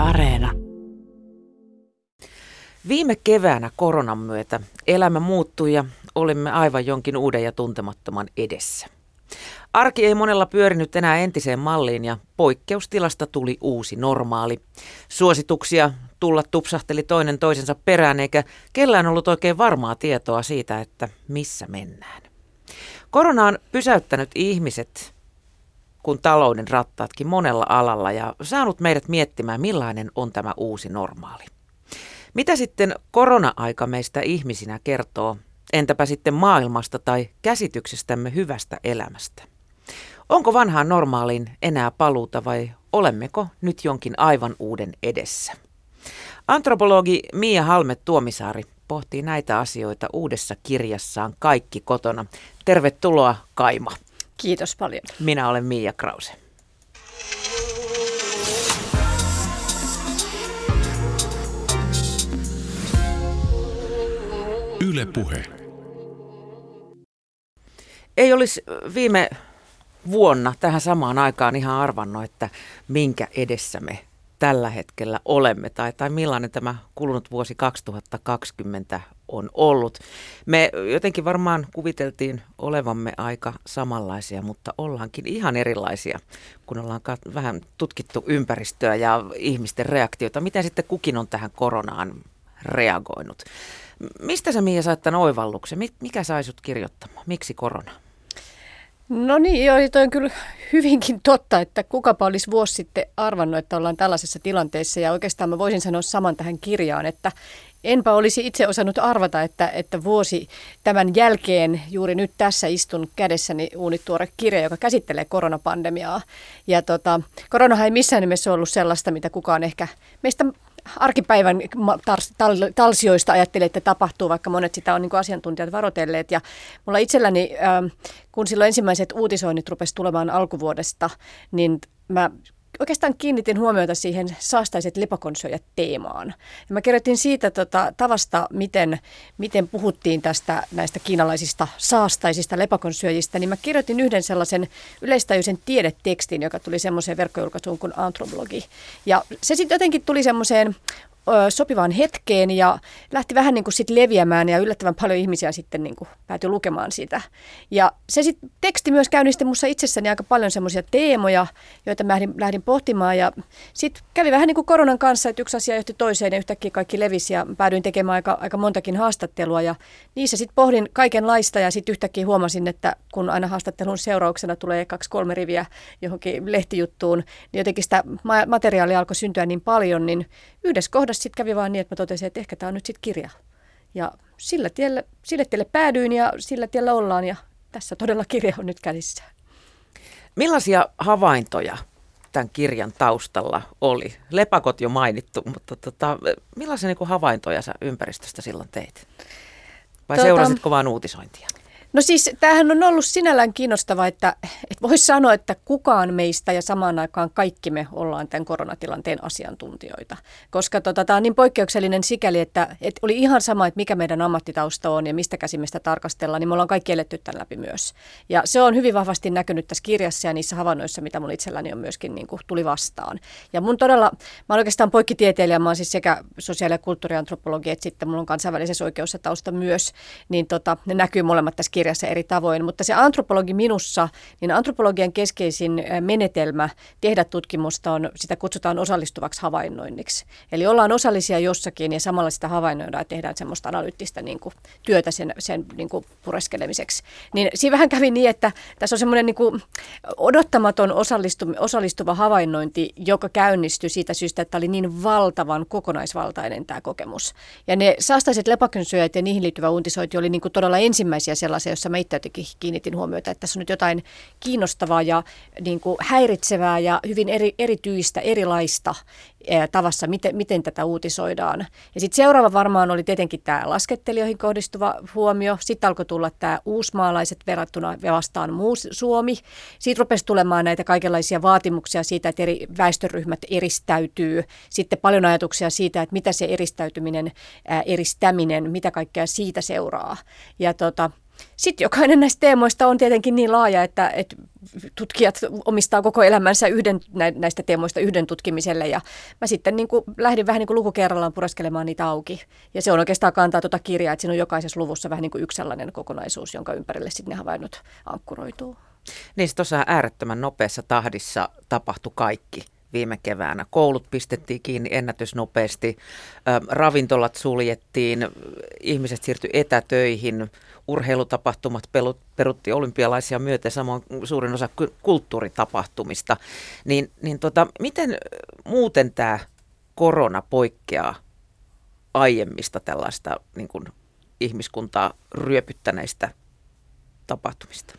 Areena. Viime keväänä koronan myötä elämä muuttui ja olimme aivan jonkin uuden ja tuntemattoman edessä. Arki ei monella pyörinyt enää entiseen malliin ja poikkeustilasta tuli uusi normaali. Suosituksia tulla tupsahteli toinen toisensa perään eikä kellään ollut oikein varmaa tietoa siitä, että missä mennään. Korona on pysäyttänyt ihmiset, kun talouden rattaatkin monella alalla ja saanut meidät miettimään, millainen on tämä uusi normaali. Mitä sitten korona-aika meistä ihmisinä kertoo? Entäpä sitten maailmasta tai käsityksestämme hyvästä elämästä? Onko vanhaan normaaliin enää paluuta vai olemmeko nyt jonkin aivan uuden edessä? Antropologi Mia Halme-Tuomisaari pohtii näitä asioita uudessa kirjassaan Kaikki kotona. Tervetuloa, Kaima. Kiitos paljon. Minä olen Mia Krause. Yle Puhe. Ei olisi viime vuonna tähän samaan aikaan ihan arvannut, että minkä edessä me tällä hetkellä olemme tai millainen tämä kulunut vuosi 2020 on ollut. Me jotenkin varmaan kuviteltiin olevamme aika samanlaisia, mutta ollaankin ihan erilaisia, kun ollaan vähän tutkittu ympäristöä ja ihmisten reaktioita. Miten sitten kukin on tähän koronaan reagoinut? Mistä sä, Mia, sait tämän oivalluksen? Mikä sai sut kirjoittamaan? Miksi korona? No niin, joo, toi on kyllä hyvinkin totta, että kukapa olisi vuosi sitten arvannut, että ollaan tällaisessa tilanteessa. Ja oikeastaan mä voisin sanoa saman tähän kirjaan, että enpä olisi itse osannut arvata, että vuosi tämän jälkeen juuri nyt tässä istun kädessäni uunituore kirja, joka käsittelee koronapandemiaa. Ja koronahan ei missään nimessä ollut sellaista, mitä kukaan ehkä meistä arkipäivän talsioista ajattelee, että tapahtuu, vaikka monet sitä on niin kuin asiantuntijat varoitelleet. Ja mulla itselläni, kun silloin ensimmäiset uutisoinnit rupesi tulemaan alkuvuodesta, niin mä oikeastaan kiinnitin huomiota siihen saastaiset lepakonsyöjät teemaan. Ja mä kirjoitin siitä tavasta, miten puhuttiin näistä kiinalaisista saastaisista lepakonsyöjistä, niin mä kirjoitin yhden sellaisen yleistajuisen tiedetekstin, joka tuli semmoiseen verkkojulkaisuun kuin Antropologi. Ja se sitten jotenkin tuli semmoiseen sopivaan hetkeen ja lähti vähän niin kuin sit leviämään ja yllättävän paljon ihmisiä sitten niin kuin päätyi lukemaan sitä. Ja se sitten teksti myös käynnisti minussa itsessäni aika paljon semmoisia teemoja, joita mä lähdin pohtimaan ja sitten kävi vähän niin kuin koronan kanssa, että yksi asia johti toiseen ja yhtäkkiä kaikki levisi ja päädyin tekemään aika montakin haastattelua ja niissä sitten pohdin kaikenlaista ja sitten yhtäkkiä huomasin, että kun aina haastattelun seurauksena tulee 2-3 riviä johonkin lehtijuttuun, niin jotenkin sitä materiaalia alkoi syntyä niin paljon, niin yhdessä kohdassa sitten kävi vaan niin, että mä totesin, että ehkä tämä on nyt sitten kirja. Ja sille tielle päädyin ja sillä tiellä ollaan ja tässä todella kirja on nyt käsissä. Millaisia havaintoja tämän kirjan taustalla oli? Lepakot jo mainittu, mutta millaisia niin kuin havaintoja sä ympäristöstä silloin teit? Vai seurasitko vaan uutisointia? No siis tämähän on ollut sinällään kiinnostava, että voisi sanoa, että kukaan meistä ja samaan aikaan kaikki me ollaan tämän koronatilanteen asiantuntijoita. Koska tämä on niin poikkeuksellinen sikäli, että oli ihan sama, että mikä meidän ammattitausta on ja mistä käsin me sitä tarkastellaan, niin me ollaan kaikki eletty tämän läpi myös. Ja se on hyvin vahvasti näkynyt tässä kirjassa ja niissä havainnoissa, mitä mun itselläni on myöskin niin kuin tuli vastaan. Ja mä oon oikeastaan poikkitieteilijä, mä oon siis sekä sosiaali- ja kulttuuriantropologi, että sitten mulla on kansainvälisessä oikeudessa tausta myös, niin ne näkyy molemmat tässä kirjassa eri tavoin, mutta se antropologi minussa, niin antropologian keskeisin menetelmä tehdä tutkimusta on, sitä kutsutaan osallistuvaksi havainnoinniksi. Eli ollaan osallisia jossakin ja samalla sitä havainnoidaan ja tehdään semmoista analyyttistä niin kuin työtä sen niin kuin pureskelemiseksi. Niin siinä vähän kävi niin, että tässä on semmoinen niin kuin odottamaton osallistuva havainnointi, joka käynnistyi siitä syystä, että oli niin valtavan kokonaisvaltainen tämä kokemus. Ja ne saastaiset lepakonsyöjät ja niihin liittyvä uutisointi oli niin kuin todella ensimmäisiä sellaisia, jossa mä itse jotenkin kiinnitin huomiota, että tässä on nyt jotain kiinnostavaa ja niin kuin häiritsevää ja hyvin erityistä, erilaista tavassa, miten tätä uutisoidaan. Ja sitten seuraava varmaan oli tietenkin tämä laskettelijoihin kohdistuva huomio. Sitten alkoi tulla tämä uusmaalaiset verrattuna vastaan muu Suomi. Siitä rupesi tulemaan näitä kaikenlaisia vaatimuksia siitä, että eri väestöryhmät eristäytyy. Sitten paljon ajatuksia siitä, että mitä se eristäytyminen, eristäminen, mitä kaikkea siitä seuraa. Ja Sitten jokainen näistä teemoista on tietenkin niin laaja, että tutkijat omistaa koko elämänsä näistä teemoista yhden tutkimiselle. Ja mä sitten niin kuin lähdin vähän niin kuin luku kerrallaan pureskelemaan niitä auki. Ja se on oikeastaan kantaa tuota kirjaa, että siinä on jokaisessa luvussa vähän niin kuin yksi sellainen kokonaisuus, jonka ympärille sitten ne havainnot ankkuroituu. Niin se tosiaan äärettömän nopeassa tahdissa tapahtui kaikki viime keväänä. Koulut pistettiin kiinni ennätysnopeasti, ravintolat suljettiin, ihmiset siirtyi etätöihin, urheilutapahtumat peruttiin olympialaisia myöten, samoin suurin osa kulttuuritapahtumista. Miten muuten tämä korona poikkeaa aiemmista tällaista niin kuin ihmiskuntaa ryöpyttäneistä tapahtumista?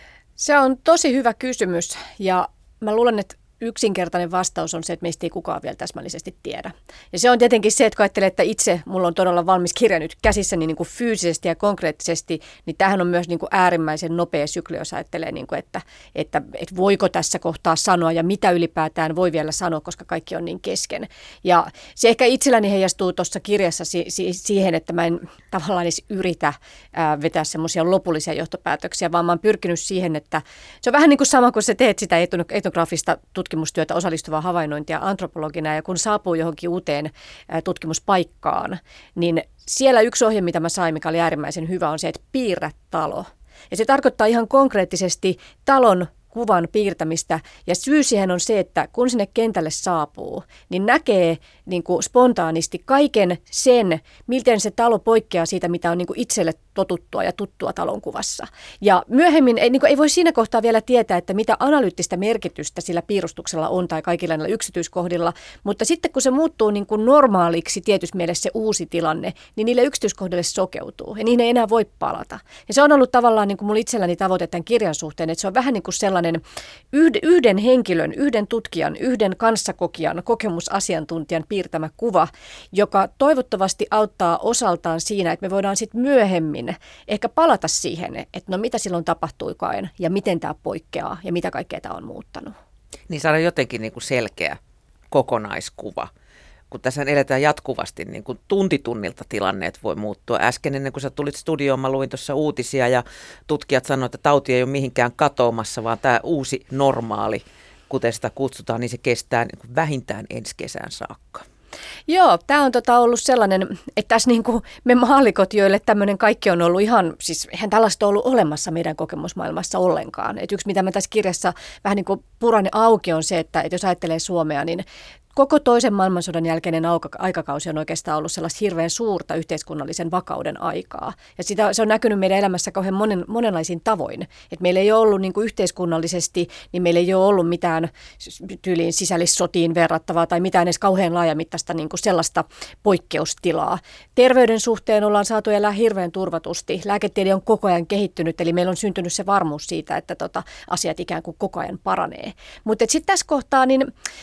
Se on tosi hyvä kysymys ja mä luulen, että yksinkertainen vastaus on se, että meistä ei kukaan vielä täsmällisesti tiedä. Ja se on tietenkin se, että kun ajattelee, että itse mulla on todella valmis kirja nyt käsissäni niin kuin fyysisesti ja konkreettisesti, niin tämähän on myös niin kuin äärimmäisen nopea sykli, jos ajattelee, niin kuin, että voiko tässä kohtaa sanoa ja mitä ylipäätään voi vielä sanoa, koska kaikki on niin kesken. Ja se ehkä itselläni heijastuu tuossa kirjassa siihen, että mä en tavallaan edes yritä vetää semmoisia lopullisia johtopäätöksiä, vaan mä oon pyrkinyt siihen, että se on vähän niin kuin sama, kun sä teet sitä etnografista tutkimustyötä osallistuvaa havainnointia antropologina, ja kun saapuu johonkin uuteen tutkimuspaikkaan, niin siellä yksi ohje, mitä mä sain, mikä oli äärimmäisen hyvä, on se, että piirrä talo. Ja se tarkoittaa ihan konkreettisesti talon kuvan piirtämistä, ja syy siihen on se, että kun sinne kentälle saapuu, niin näkee niin kuin spontaanisti kaiken sen, miten se talo poikkeaa siitä, mitä on niin kuin itselle totuttua ja tuttua talonkuvassa. Ja myöhemmin ei voi siinä kohtaa vielä tietää, että mitä analyyttistä merkitystä sillä piirustuksella on tai kaikilla näillä yksityiskohdilla, mutta sitten kun se muuttuu niin kuin normaaliksi tietyssä mielessä se uusi tilanne, niin niille yksityiskohdille sokeutuu ja niihin ei enää voi palata. Ja se on ollut tavallaan niin kuin mulla itselläni tavoite tämän kirjan suhteen, että se on vähän niin kuin sellainen yhden henkilön, yhden tutkijan, yhden kanssakokijan, kokemusasiantuntijan piirtämä kuva, joka toivottavasti auttaa osaltaan siinä, että me voidaan sitten myöhemmin ehkä palata siihen, että no mitä silloin tapahtuikaan ja miten tämä poikkeaa ja mitä kaikkea tämä on muuttanut. Niin saada jotenkin niin kuin selkeä kokonaiskuva. Kun tässä eletään jatkuvasti, niin kuin tunnilta tilanneet voi muuttua. Äsken ennen kuin sä tulit studioon, mä luin tuossa uutisia ja tutkijat sanoivat, että tauti ei ole mihinkään katoamassa, vaan tämä uusi normaali, kuten sitä kutsutaan, niin se kestää niin kuin vähintään ensi kesään saakka. Joo, tämä on ollut sellainen, että tässä niin kuin me maallikot, joille tämmöinen kaikki on ollut eihän tällaista ollut olemassa meidän kokemusmaailmassa ollenkaan. Et yksi, mitä mä tässä kirjassa vähän niin kuin puran auki, on se, että jos ajattelee Suomea, niin koko toisen maailmansodan jälkeinen aikakausi on oikeastaan ollut sellaista hirveän suurta yhteiskunnallisen vakauden aikaa. Ja se on näkynyt meidän elämässä kauhean monenlaisin tavoin. Et meillä ei ole ollut niin kuin yhteiskunnallisesti, niin meillä ei ole ollut mitään tyyliin sisällissotiin verrattavaa tai mitään edes kauhean laajamittaista niin kuin sellaista poikkeustilaa. Terveyden suhteen ollaan saatu elää hirveän turvatusti. Lääketiede on koko ajan kehittynyt, eli meillä on syntynyt se varmuus siitä, että asiat ikään kuin koko ajan paranee. Mutta sitten tässä kohtaa niin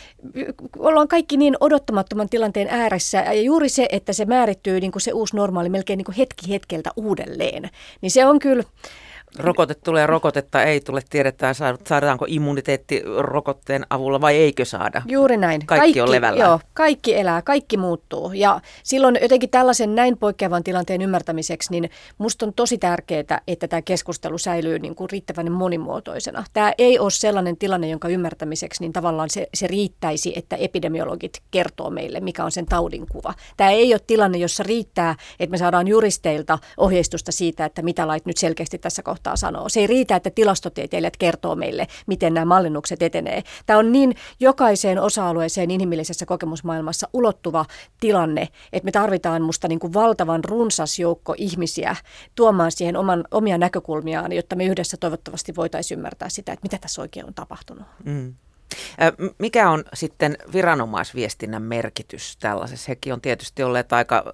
ollaan kaikki niin odottamattoman tilanteen ääressä ja juuri se, että se määrittyy niin kuin se uusi normaali melkein niin kuin hetki hetkeltä uudelleen, niin se on kyllä. Rokote tulee, rokotetta ei tule, tiedetään saadaanko immuniteetti rokotteen avulla vai eikö saada. Juuri näin. Kaikki on levällään. Joo, kaikki elää, kaikki muuttuu ja silloin jotenkin tällaisen näin poikkeavan tilanteen ymmärtämiseksi, niin musta on tosi tärkeää, että tämä keskustelu säilyy niin kuin riittävän monimuotoisena. Tämä ei ole sellainen tilanne, jonka ymmärtämiseksi niin tavallaan se riittäisi, että epidemiologit kertoo meille, mikä on sen taudin kuva. Tämä ei ole tilanne, jossa riittää, että me saadaan juristeilta ohjeistusta siitä, että mitä lait nyt selkeästi tässä kohtaa sanoo. Se ei riitä, että tilastotieteilijät kertoo meille, miten nämä mallinnukset etenee. Tämä on niin jokaiseen osa-alueeseen inhimillisessä kokemusmaailmassa ulottuva tilanne, että me tarvitaan musta niin kuin valtavan runsas joukko ihmisiä tuomaan siihen omia näkökulmiaan, jotta me yhdessä toivottavasti voitaisiin ymmärtää sitä, että mitä tässä oikein on tapahtunut. Mm. Mikä on sitten viranomaisviestinnän merkitys tällaisessa? Hekin on tietysti olleet aika,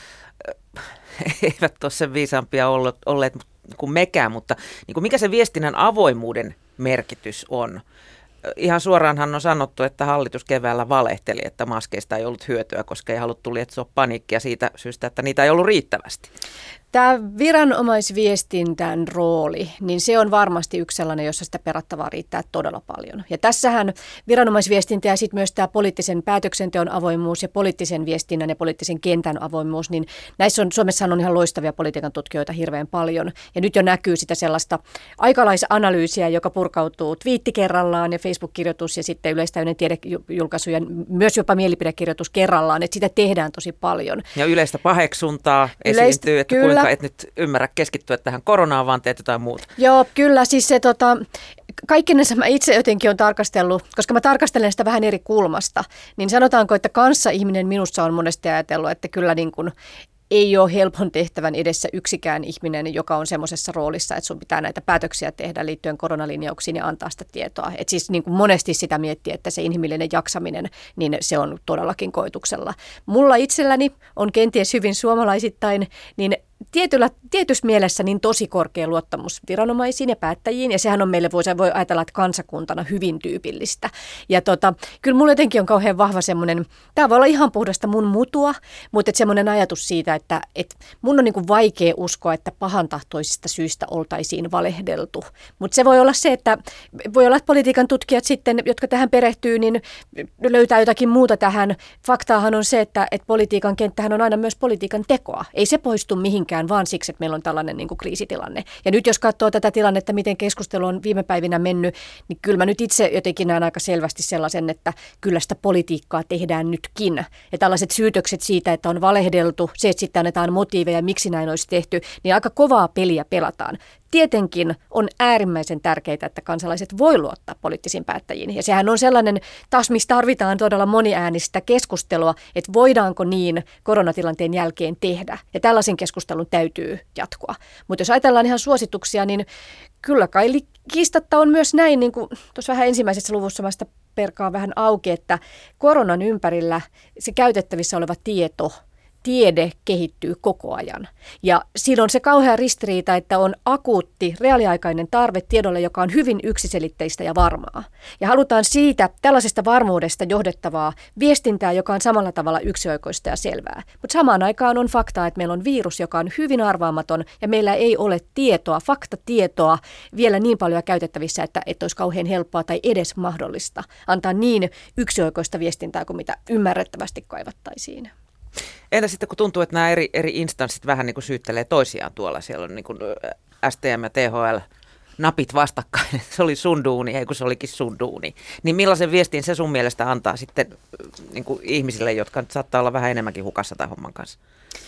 eivät ole sen viisaampia olleet kuin mekään, mutta niin kuin mikä se viestinnän avoimuuden merkitys on? Ihan suoraanhan on sanottu, että hallitus keväällä valehteli, että maskeista ei ollut hyötyä, koska ei haluttu lietsoa paniikkia siitä syystä, että niitä ei ollut riittävästi. Tämä viranomaisviestintän rooli, niin se on varmasti yksi sellainen, jossa sitä perattavaa riittää todella paljon. Ja tässähän viranomaisviestintä ja sitten myös tämä poliittisen päätöksenteon avoimuus ja poliittisen viestinnän ja poliittisen kentän avoimuus, niin Suomessahan on ihan loistavia politiikan tutkijoita hirveän paljon. Ja nyt jo näkyy sitä sellaista aikalaisanalyysiä, joka purkautuu twiitti kerrallaan ja Facebook-kirjoitus ja sitten yleistäyden tiedejulkaisu ja myös jopa mielipidekirjoitus kerrallaan, että sitä tehdään tosi paljon. Ja yleistä paheksuntaa esiintyy, että kuinka et nyt ymmärrä keskittyä tähän koronaan, vaan teet jotain muuta. Joo, kyllä. Siis se kaikkinensa mä itse jotenkin olen tarkastellut, koska mä tarkastelen sitä vähän eri kulmasta, niin sanotaanko, että kanssaihminen minussa on monesti ajatellut, että kyllä niin kuin ei ole helpon tehtävän edessä yksikään ihminen, joka on semmoisessa roolissa, että sun pitää näitä päätöksiä tehdä liittyen koronalinjauksiin ja antaa sitä tietoa. Et siis niin kuin monesti sitä miettii, että se inhimillinen jaksaminen, niin se on todellakin koetuksella. Mulla itselläni on kenties hyvin suomalaisittain, niin tietyssä mielessä niin tosi korkea luottamus viranomaisiin ja päättäjiin, ja sehän on meille, voi ajatella, että kansakuntana hyvin tyypillistä. Ja kyllä mulla jotenkin on kauhean vahva semmoinen, tämä voi olla ihan puhdasta mun mutua, mutta semmoinen ajatus siitä, että mun on niin kuin vaikea uskoa, että pahantahtoisista syistä oltaisiin valehdeltu. Mutta se voi olla se, että voi olla, että politiikan tutkijat sitten, jotka tähän perehtyy, niin löytää jotakin muuta tähän. Faktaahan on se, että politiikan kenttähän on aina myös politiikan tekoa. Ei se poistu mihinkään, vaan siksi, että meillä on tällainen niin kuin kriisitilanne. Ja nyt jos katsoo tätä tilannetta, miten keskustelu on viime päivinä mennyt, niin kyllä mä nyt itse jotenkin näen aika selvästi sellaisen, että kyllä sitä politiikkaa tehdään nytkin. Ja tällaiset syytökset siitä, että on valehdeltu, se, että sitten annetaan motiiveja, miksi näin olisi tehty, niin aika kovaa peliä pelataan. Tietenkin on äärimmäisen tärkeää, että kansalaiset voi luottaa poliittisiin päättäjiin. Ja sehän on sellainen taas, missä tarvitaan todella moniäänistä keskustelua, että voidaanko niin koronatilanteen jälkeen tehdä. Ja tällaisen keskustelun täytyy jatkua. Mutta jos ajatellaan ihan suosituksia, niin kyllä kai kiistatta on myös näin, niin kuin tuossa vähän ensimmäisessä luvussa mä sitä perkaan vähän auki, että koronan ympärillä se käytettävissä oleva tiede kehittyy koko ajan. Ja siinä on se kauhea ristiriita, että on akuutti, reaaliaikainen tarve tiedolle, joka on hyvin yksiselitteistä ja varmaa. Ja halutaan siitä tällaisesta varmuudesta johdettavaa viestintää, joka on samalla tavalla yksioikoista ja selvää. Mutta samaan aikaan on faktaa, että meillä on virus, joka on hyvin arvaamaton ja meillä ei ole faktatietoa vielä niin paljon käytettävissä, että olisi kauhean helppoa tai edes mahdollista antaa niin yksioikoista viestintää kuin mitä ymmärrettävästi kaivattaisiin. Entä sitten, kun tuntuu, että nämä eri instanssit vähän niin kuin syyttelee toisiaan tuolla, siellä on niin kuin STM ja THL napit vastakkain, se oli sun duuni, ei kun se olikin sun duuni. Niin millaisen viestin se sun mielestä antaa sitten niin kuin ihmisille, jotka saattaa olla vähän enemmänkin hukassa tämän homman kanssa?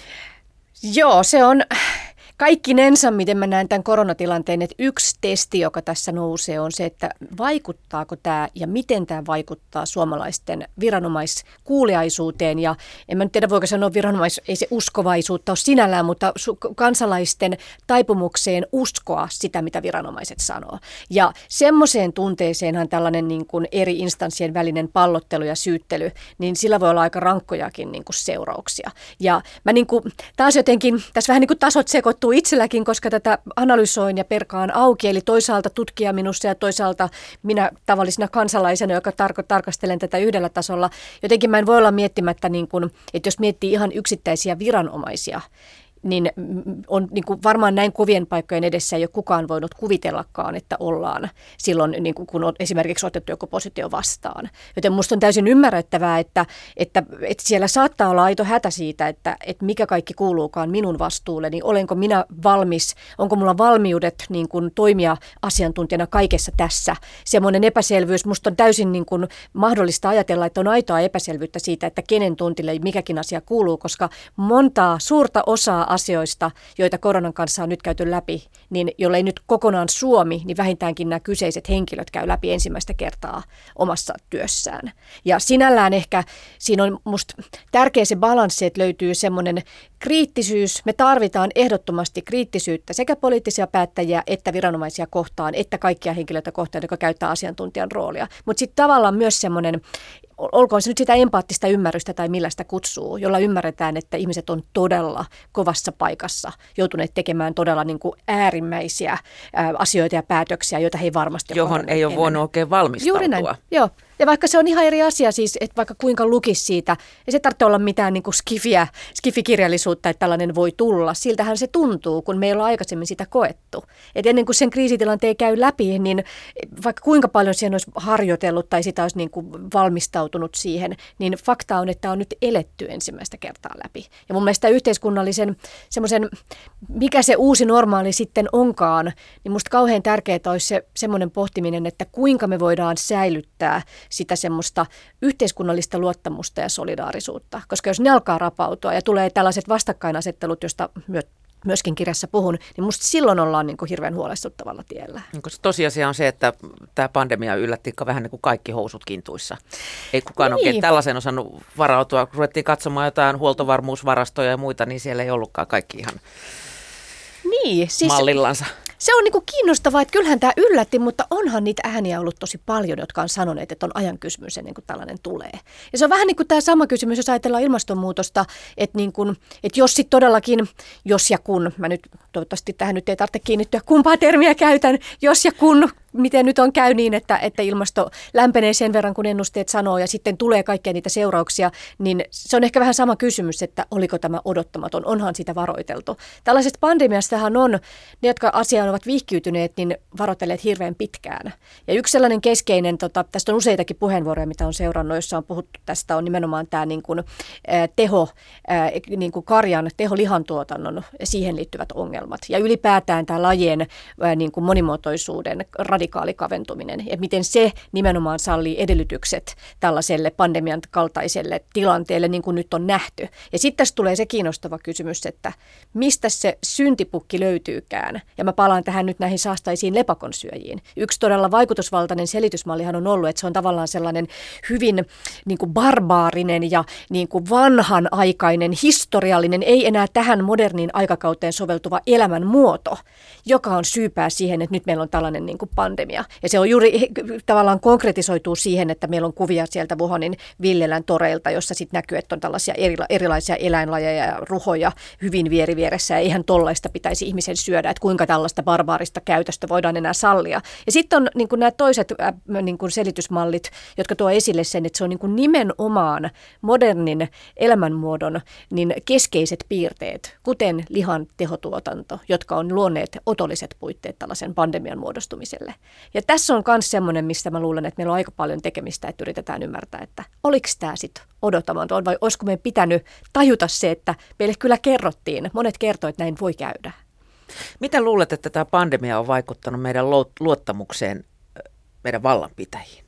Joo, se on kaikkinensa, miten mä näen tämän koronatilanteen, että yksi testi, joka tässä nousee, on se, että vaikuttaako tämä ja miten tämä vaikuttaa suomalaisten viranomaiskuuliaisuuteen. Ja en mä nyt tiedä, voiko sanoa ei se uskovaisuutta ole sinällään, mutta kansalaisten taipumukseen uskoa sitä, mitä viranomaiset sanoo. Ja semmoiseen tunteeseenhan tällainen niin kuin eri instanssien välinen pallottelu ja syyttely, niin sillä voi olla aika rankkojakin niin kuin seurauksia. Ja mä niin kuin, taas jotenkin, tässä vähän niin kuin tasot sekoittuu itselläkin, koska tätä analysoin ja perkaan auki, eli toisaalta tutkija minussa ja toisaalta minä tavallisena kansalaisena, joka tarkastelen tätä yhdellä tasolla. Jotenkin mä en voi olla miettimättä, niin kuin, että jos miettii ihan yksittäisiä viranomaisia, niin on niin kuin varmaan näin kovien paikkojen edessä ei ole kukaan voinut kuvitellakaan, että ollaan silloin, niin kuin, kun on esimerkiksi otettu joku positio vastaan. Joten musta on täysin ymmärrettävää, että siellä saattaa olla aito hätä siitä, että mikä kaikki kuuluukaan minun vastuulle, niin olenko minä valmis, onko mulla valmiudet niin kuin toimia asiantuntijana kaikessa tässä. Semmoinen epäselvyys, musta on täysin niin kuin mahdollista ajatella, että on aitoa epäselvyyttä siitä, että kenen tontille mikäkin asia kuuluu, koska montaa suurta osaa asioista, joita koronan kanssa on nyt käyty läpi, niin jollei nyt kokonaan Suomi, niin vähintäänkin nämä kyseiset henkilöt käy läpi ensimmäistä kertaa omassa työssään. Ja sinällään ehkä siinä on musta tärkeä se balanssi, että löytyy semmoinen kriittisyys. Me tarvitaan ehdottomasti kriittisyyttä sekä poliittisia päättäjiä että viranomaisia kohtaan, että kaikkia henkilöitä kohtaan, jotka käyttää asiantuntijan roolia. Mutta sitten tavallaan myös semmoinen, olkoon se nyt sitä empaattista ymmärrystä tai millä sitä kutsuu, jolla ymmärretään, että ihmiset on todella kovassa paikassa, joutuneet tekemään todella niin kuin äärimmäisiä asioita ja päätöksiä, joita he ei varmasti ole johon ei ole voinut oikein valmistautua. Juuri näin, joo. Ja vaikka se on ihan eri asia siis, että vaikka kuinka lukisi siitä, ei se tarvitse olla mitään niin kuin skifikirjallisuutta, että tällainen voi tulla. Siltähän se tuntuu, kun meillä on aikaisemmin sitä koettu. Et ennen kuin sen kriisitilanteen käy läpi, niin vaikka kuinka paljon siihen olisi harjoitellut tai sitä olisi niin kuin valmistautunut siihen, niin fakta on, että on nyt eletty ensimmäistä kertaa läpi. Ja mun mielestä yhteiskunnallisen semmoisen, mikä se uusi normaali sitten onkaan, niin musta kauhean tärkeää olisi se semmoinen pohtiminen, että kuinka me voidaan säilyttää sitä semmoista yhteiskunnallista luottamusta ja solidaarisuutta. Koska jos ne alkaa rapautua ja tulee tällaiset vastakkainasettelut, joista myöskin kirjassa puhun, niin musta silloin ollaan niin kuin hirveän huolestuttavalla tiellä. Tosiasia on se, että tämä pandemia yllätti vähän niin kuin kaikki housut kintuissa. Ei kukaan oikein tällaisen osannut varautua. Kun ruvettiin katsomaan jotain huoltovarmuusvarastoja ja muita, niin siellä ei ollutkaan kaikki ihan mallillansa. Se on niinku kiinnostavaa, että kyllähän tämä yllätti, mutta onhan niitä ääniä ollut tosi paljon, jotka on sanoneet, että on ajan kysymys ennen kuin tällainen tulee. Ja se on vähän niin kuin tämä sama kysymys, jos ajatellaan ilmastonmuutosta, että jos sitten todellakin, jos ja kun, mä nyt toivottavasti tähän nyt ei tarvitse kiinnittyä, kumpaa termiä käytän, jos ja kun, miten nyt on käy niin, että ilmasto lämpenee sen verran, kun ennusteet sanoo, ja sitten tulee kaikkia niitä seurauksia, niin se on ehkä vähän sama kysymys, että oliko tämä odottamaton, onhan sitä varoiteltu. Tällaisesta pandemiastahan on, ne jotka asiaan ovat vihkiytyneet, niin varoitelleet hirveän pitkään. Ja yksi sellainen keskeinen, tästä on useitakin puheenvuoroja, mitä on seurannut, jossa on puhuttu tästä, on nimenomaan tämä karjan teholihantuotannon siihen liittyvät ongelmat. Ja ylipäätään tämä lajien monimuotoisuuden radikaali kaventuminen, ja miten se nimenomaan sallii edellytykset tällaiselle pandemian kaltaiselle tilanteelle, niin kuin nyt on nähty. Ja sitten tässä tulee se kiinnostava kysymys, että mistä se syntipukki löytyykään. Ja mä palaan tähän nyt näihin saastaisiin lepakonsyöjiin. Yksi todella vaikutusvaltainen selitysmallihan on ollut, että se on tavallaan sellainen hyvin niin kuin barbaarinen ja niin kuin vanhanaikainen, historiallinen, ei enää tähän moderniin aikakauteen soveltuva elämänmuoto, joka on syypää siihen, että nyt meillä on tällainen niin kuin pandemia. Ja se on juuri tavallaan konkretisoituu siihen, että meillä on kuvia sieltä Wuhanin Villelän toreilta, jossa sitten näkyy, että on tällaisia erilaisia eläinlajeja ja ruhoja hyvin vieressä, ja eihän tollaista pitäisi ihmisen syödä, että kuinka tällaista barbaarista käytöstä voidaan enää sallia. Ja sitten on niin kuin nämä toiset niin kuin selitysmallit, jotka tuo esille sen, että se on niin kuin nimenomaan modernin elämänmuodon niin keskeiset piirteet, kuten lihan tehotuotanto, jotka on luoneet otolliset puitteet tällaisen pandemian muodostumiselle. Ja tässä on myös semmoinen, mistä mä luulen, että meillä on aika paljon tekemistä, että yritetään ymmärtää, että oliko tämä sitten odottamaton vai olisiko meidän pitänyt tajuta se, että meille kyllä kerrottiin. Monet kertoi, että näin voi käydä. Miten luulet, että tämä pandemia on vaikuttanut meidän luottamukseen meidän vallanpitäjiin?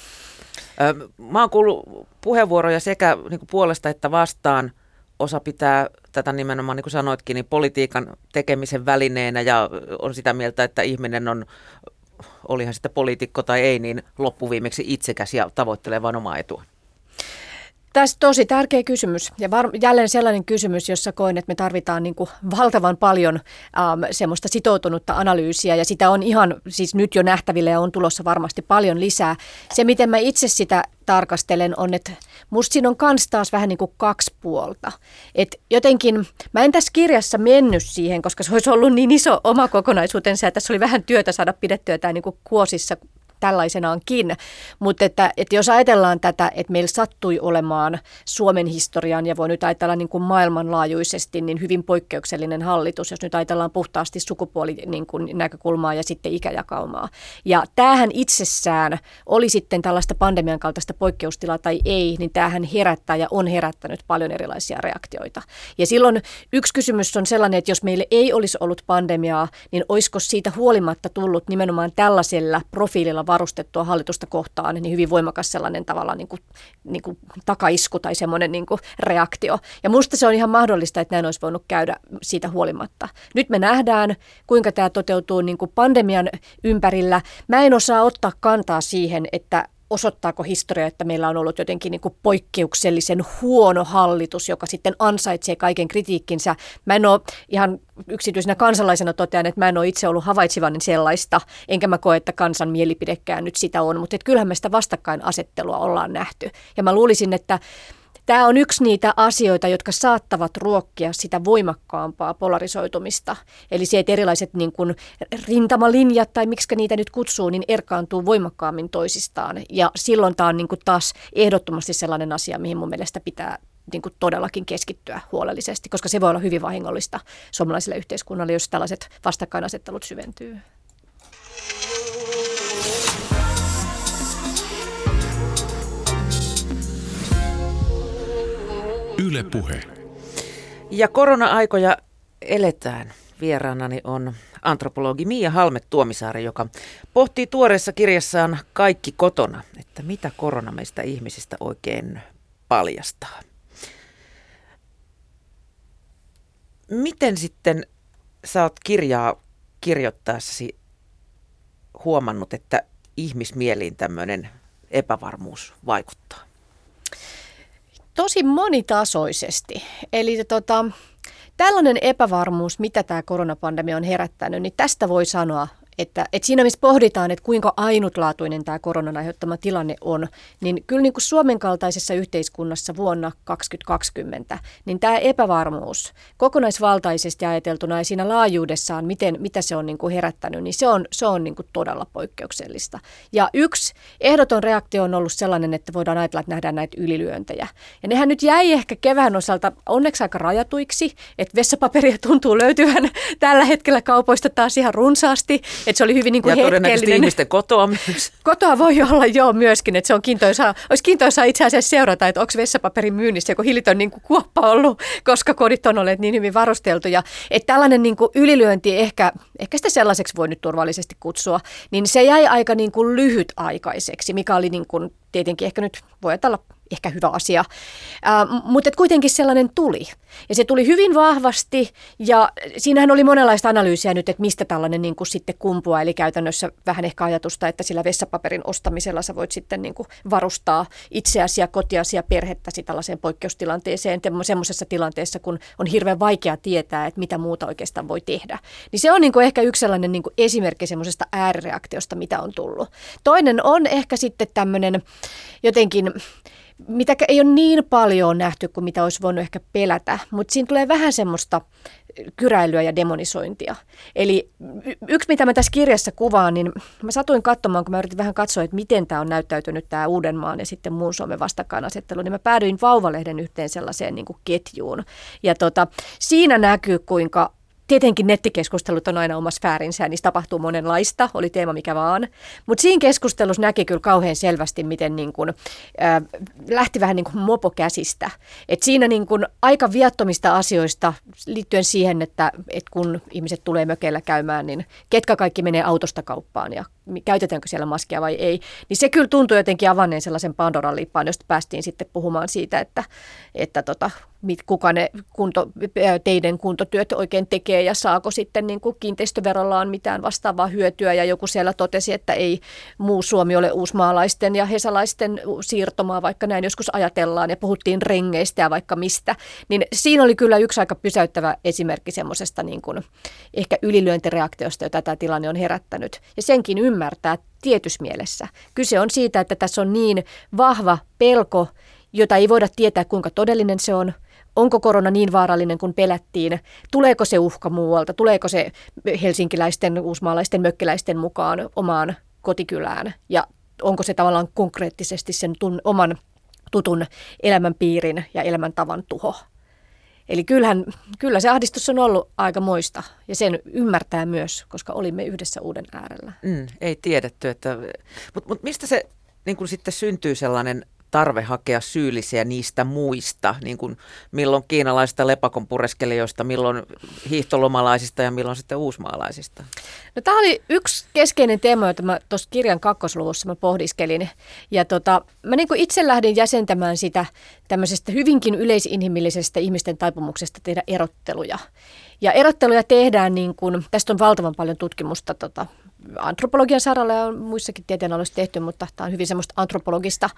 Mä oon kuullut puheenvuoroja sekä niin kuin puolesta että vastaan. Osa pitää tätä nimenomaan, niin kuin sanoitkin, niin politiikan tekemisen välineenä ja on sitä mieltä, että ihminen on, olihan sitä poliitikko tai ei, niin loppuviimeksi itsekäs ja tavoittelee vain omaa etua. Tässä tosi tärkeä kysymys ja jälleen sellainen kysymys, jossa koen, että me tarvitaan niin kuin valtavan paljon semmoista sitoutunutta analyysiä ja sitä on ihan siis nyt jo nähtävillä ja on tulossa varmasti paljon lisää. Se, miten mä itse sitä tarkastelen, on, että musta siinä on kans taas vähän niin kuin kaksi puolta. Et jotenkin, mä en tässä kirjassa mennyt siihen, koska se olisi ollut niin iso oma kokonaisuutensa ja tässä oli vähän työtä saada pidettyä tämä niin kuin kuosissa tällaisenaankin, mutta että jos ajatellaan tätä, että meillä sattui olemaan Suomen historian ja voi nyt ajatella niin kuin maailmanlaajuisesti niin hyvin poikkeuksellinen hallitus, jos nyt ajatellaan puhtaasti sukupuoli niin kuin näkökulmaa ja sitten ikäjakaumaa. Ja tämähän itsessään oli sitten tällaista pandemian kaltaista poikkeustilaa tai ei, niin tämähän herättää ja on herättänyt paljon erilaisia reaktioita. Ja silloin yksi kysymys on sellainen, että jos meille ei olisi ollut pandemiaa, niin olisiko siitä huolimatta tullut nimenomaan tällaisella profiililla varustettua hallitusta kohtaan, niin hyvin voimakas sellainen tavallaan niin kuin takaisku tai semmoinen niin kuin reaktio. Ja musta se on ihan mahdollista, että näin olisi voinut käydä siitä huolimatta. Nyt me nähdään, kuinka tämä toteutuu niin kuin pandemian ympärillä. Mä en osaa ottaa kantaa siihen, että osoittaako historia, että meillä on ollut jotenkin niin kuin poikkeuksellisen huono hallitus, joka sitten ansaitsee kaiken kritiikkinsä. Mä en ole ihan yksityisenä kansalaisena totean, että mä en ole itse ollut havaitsevani sellaista, enkä mä koe, että kansan mielipidekään nyt sitä on, mutta kyllähän me sitä vastakkainasettelua ollaan nähty. Ja mä luulisin, että tämä on yksi niitä asioita, jotka saattavat ruokkia sitä voimakkaampaa polarisoitumista. Eli se, että erilaiset niin kuin rintamalinjat tai miksi niitä nyt kutsuu, niin erkaantuu voimakkaammin toisistaan. Ja silloin tämä on niin kuin taas ehdottomasti sellainen asia, mihin mun mielestä pitää niin kuin todellakin keskittyä huolellisesti, koska se voi olla hyvin vahingollista suomalaiselle yhteiskunnalle, jos tällaiset vastakkainasettelut syventyy. Yle Puhe. Ja korona-aikoja eletään. Vieraanani on antropologi Mia Halme-Tuomisaari, joka pohtii tuoreessa kirjassaan Kaikki kotona, että mitä korona meistä ihmisistä oikein paljastaa. Miten sitten sä oot kirjaa kirjoittaessasi huomannut, että ihmismieliin tämmöinen epävarmuus vaikuttaa? Tosi monitasoisesti. Eli tällainen epävarmuus, mitä tämä koronapandemia on herättänyt, niin tästä voi sanoa, että siinä missä pohditaan, että kuinka ainutlaatuinen tämä koronan aiheuttama tilanne on, niin kyllä niin kuin Suomen kaltaisessa yhteiskunnassa vuonna 2020, niin tämä epävarmuus kokonaisvaltaisesti ajateltuna ja siinä laajuudessaan, mitä se on niin kuin herättänyt, niin se on niin kuin todella poikkeuksellista. Ja yksi ehdoton reaktio on ollut sellainen, että voidaan ajatella, että nähdään näitä ylilyöntejä. Ja nehän nyt jäi ehkä kevään osalta onneksi aika rajatuiksi, että vessapaperia tuntuu löytyvän tällä hetkellä kaupoista taas ihan runsaasti. Että se oli hyvin niin kuin hetkellinen. Ja todennäköisesti ihmisten kotoa myös. Kotoa voi olla joo myöskin, että se on olisi kiintoisaa itse asiassa seurata, että onko vessapaperin myynnissä joku hillitön niin kuin kuoppa ollut, koska kodit on olleet niin hyvin varusteltuja. Että tällainen niin kuin ylilyönti, ehkä sitä sellaiseksi voi nyt turvallisesti kutsua, niin se jäi aika niin kuin lyhytaikaiseksi, mikä oli niin kuin, tietenkin ehkä nyt voi ajatella ehkä hyvä asia, mutta kuitenkin sellainen tuli. Ja se tuli hyvin vahvasti ja siinähän oli monenlaista analyysiä nyt, että mistä tällainen niin kuin sitten kumpuaa. Eli käytännössä vähän ehkä ajatusta, että sillä vessapaperin ostamisella sä voit sitten niin kuin varustaa itseäsi ja kotiasi ja perhettäsi tällaiseen poikkeustilanteeseen, semmoisessa tilanteessa, kun on hirveän vaikea tietää, että mitä muuta oikeastaan voi tehdä. Niin se on niin kuin ehkä yksi sellainen niin kuin esimerkki semmoisesta äärireaktiosta, mitä on tullut. Toinen on ehkä sitten tämmöinen jotenkin, mitä ei ole niin paljon nähty kuin mitä olisi voinut ehkä pelätä, mutta siinä tulee vähän semmoista kyräilyä ja demonisointia. Eli yksi, mitä mä tässä kirjassa kuvaan, niin mä satuin katsomaan, kun mä yritin vähän katsoa, että miten tämä on näyttäytynyt tämä Uudenmaan ja sitten muun Suomen vastakkainasettelu, niin mä päädyin Vauva-lehden yhteen sellaiseen niin kuin ketjuun. Ja siinä näkyy, kuinka tietenkin nettikeskustelut on aina oma sfäärinsä ja niissä tapahtuu monenlaista, oli teema mikä vaan. Mutta siinä keskustelussa näki kyllä kauhean selvästi, miten niin kun, lähti vähän niin kuin mopo käsistä. Et siinä niin kun aika viattomista asioista liittyen siihen, että kun ihmiset tulee mökeillä käymään, niin ketkä kaikki menee autosta kauppaan ja käytetäänkö siellä maskia vai ei. Niin se kyllä tuntui jotenkin avanneen sellaisen Pandoran lippaan, josta päästiin sitten puhumaan siitä, että kuka ne teiden kuntotyöt oikein tekee ja saako sitten niin kuin kiinteistöverollaan mitään vastaavaa hyötyä. Ja joku siellä totesi, että ei muu Suomi ole uusmaalaisten ja hesalaisten siirtomaa, vaikka näin joskus ajatellaan ja puhuttiin rengeistä ja vaikka mistä. Niin siinä oli kyllä yksi aika pysäyttävä esimerkki semmoisesta niin kuin ehkä ylilyöntireaktiosta, jota tämä tilanne on herättänyt. Ja senkin ymmärtää tietyssä mielessä. Kyse on siitä, että tässä on niin vahva pelko, jota ei voida tietää, kuinka todellinen se on. Onko korona niin vaarallinen kuin pelättiin? Tuleeko se uhka muualta? Tuleeko se helsinkiläisten, uusmaalaisten, mökkiläisten mukaan omaan kotikylään? Ja onko se tavallaan konkreettisesti sen oman tutun elämänpiirin ja elämäntavan tuho? Eli kyllä se ahdistus on ollut aika moista ja sen ymmärtää myös, koska olimme yhdessä uuden äärellä. Ei tiedetty, mutta mistä se niin kun sitten syntyy sellainen tarve hakea syyllisiä niistä muista, niin kuin milloin kiinalaisista lepakon pureskelijoista, milloin hiihtolomalaisista ja milloin sitten uusmaalaisista? No, tämä oli yksi keskeinen teema, jota mä tuossa kirjan kakkosluvussa pohdiskelin. Ja mä niin kuin itse lähdin jäsentämään sitä tämmöisestä hyvinkin yleisinhimillisestä ihmisten taipumuksesta tehdä erotteluja. Ja erotteluja tehdään, niin kuin, tästä on valtavan paljon tutkimusta antropologian saralla ja on muissakin tieteenaloissa tehty, mutta tämä on hyvin semmoista antropologista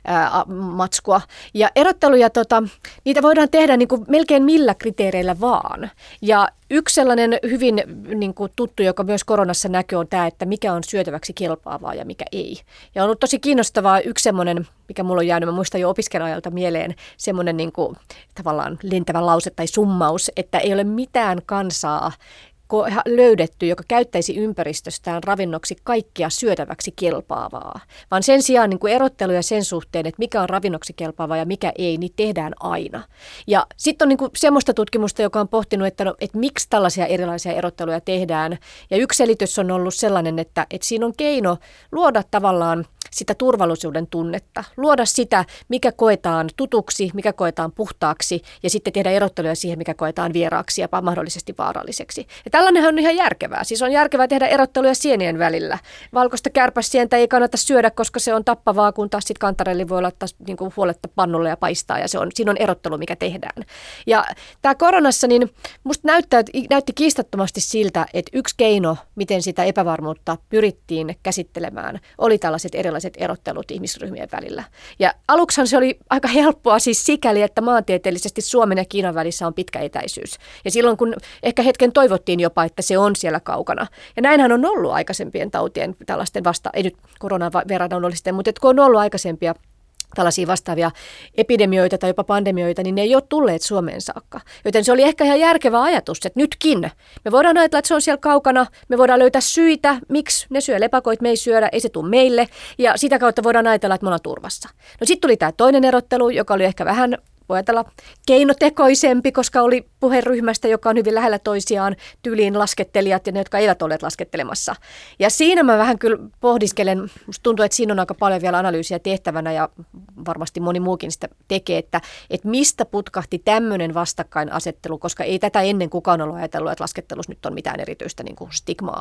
matskua. Ja erotteluja, niitä voidaan tehdä niin kuin melkein millä kriteereillä vaan. Ja yksi sellainen hyvin niin kuin tuttu, joka myös koronassa näkyy, on tämä, että mikä on syötäväksi kelpaavaa ja mikä ei. Ja on ollut tosi kiinnostavaa yksi semmoinen, mikä mulla on jäänyt, mä muistan jo opiskelijailta mieleen, semmoinen niin kuin tavallaan lentävä lause tai summaus, että ei ole mitään kansaa löydetty, joka käyttäisi ympäristöstään ravinnoksi kaikkia syötäväksi kelpaavaa, vaan sen sijaan niin kuin erotteluja sen suhteen, että mikä on ravinnoksi kelpaavaa ja mikä ei, niin tehdään aina. Ja sitten on niin kuin semmoista tutkimusta, joka on pohtinut, että miksi tällaisia erilaisia erotteluja tehdään. Ja yksi selitys on ollut sellainen, että siinä on keino luoda tavallaan sitä turvallisuuden tunnetta, luoda sitä, mikä koetaan tutuksi, mikä koetaan puhtaaksi ja sitten tehdä erotteluja siihen, mikä koetaan vieraaksi ja mahdollisesti vaaralliseksi. Ja tällainenhan on ihan järkevää. Siis on järkevää tehdä erotteluja sienien välillä. Valkoista kärpäsientä ei kannata syödä, koska se on tappavaa, kun taas sitten kantarelli voi laittaa niin kuin huoletta pannulle ja paistaa ja siinä on erottelu, mikä tehdään. Ja tämä koronassa, niin musta näytti kiistattomasti siltä, että yksi keino, miten sitä epävarmuutta pyrittiin käsittelemään, oli tällaiset erilaiset erottelut ihmisryhmien välillä. Ja aluksihan se oli aika helppoa siis sikäli, että maantieteellisesti Suomen ja Kiinan välissä on pitkä etäisyys. Ja silloin kun ehkä hetken toivottiin jopa, että se on siellä kaukana. Ja näinhän on ollut aikaisempien tautien tällaisten ei nyt koronan verran on ollut, mutta kun on ollut aikaisempia tällaisia vastaavia epidemioita tai jopa pandemioita, niin ne ei ole tulleet Suomeen saakka. Joten se oli ehkä ihan järkevä ajatus, että nytkin me voidaan ajatella, että se on siellä kaukana, me voidaan löytää syitä, miksi ne syö lepakoit, me ei syödä, ei se tule meille, ja sitä kautta voidaan ajatella, että me ollaan turvassa. No sitten tuli tämä toinen erottelu, joka oli ehkä vähän voi ajatella keinotekoisempi, koska oli puheryhmästä, joka on hyvin lähellä toisiaan, tyyliin laskettelijat ja ne, jotka eivät olleet laskettelemassa. Ja siinä mä vähän kyllä pohdiskelen, musta tuntuu, että siinä on aika paljon vielä analyysiä tehtävänä ja varmasti moni muukin sitä tekee, että mistä putkahti tämmöinen vastakkainasettelu, koska ei tätä ennen kukaan ollut ajatellut, että laskettelussa nyt on mitään erityistä niin kuin stigmaa.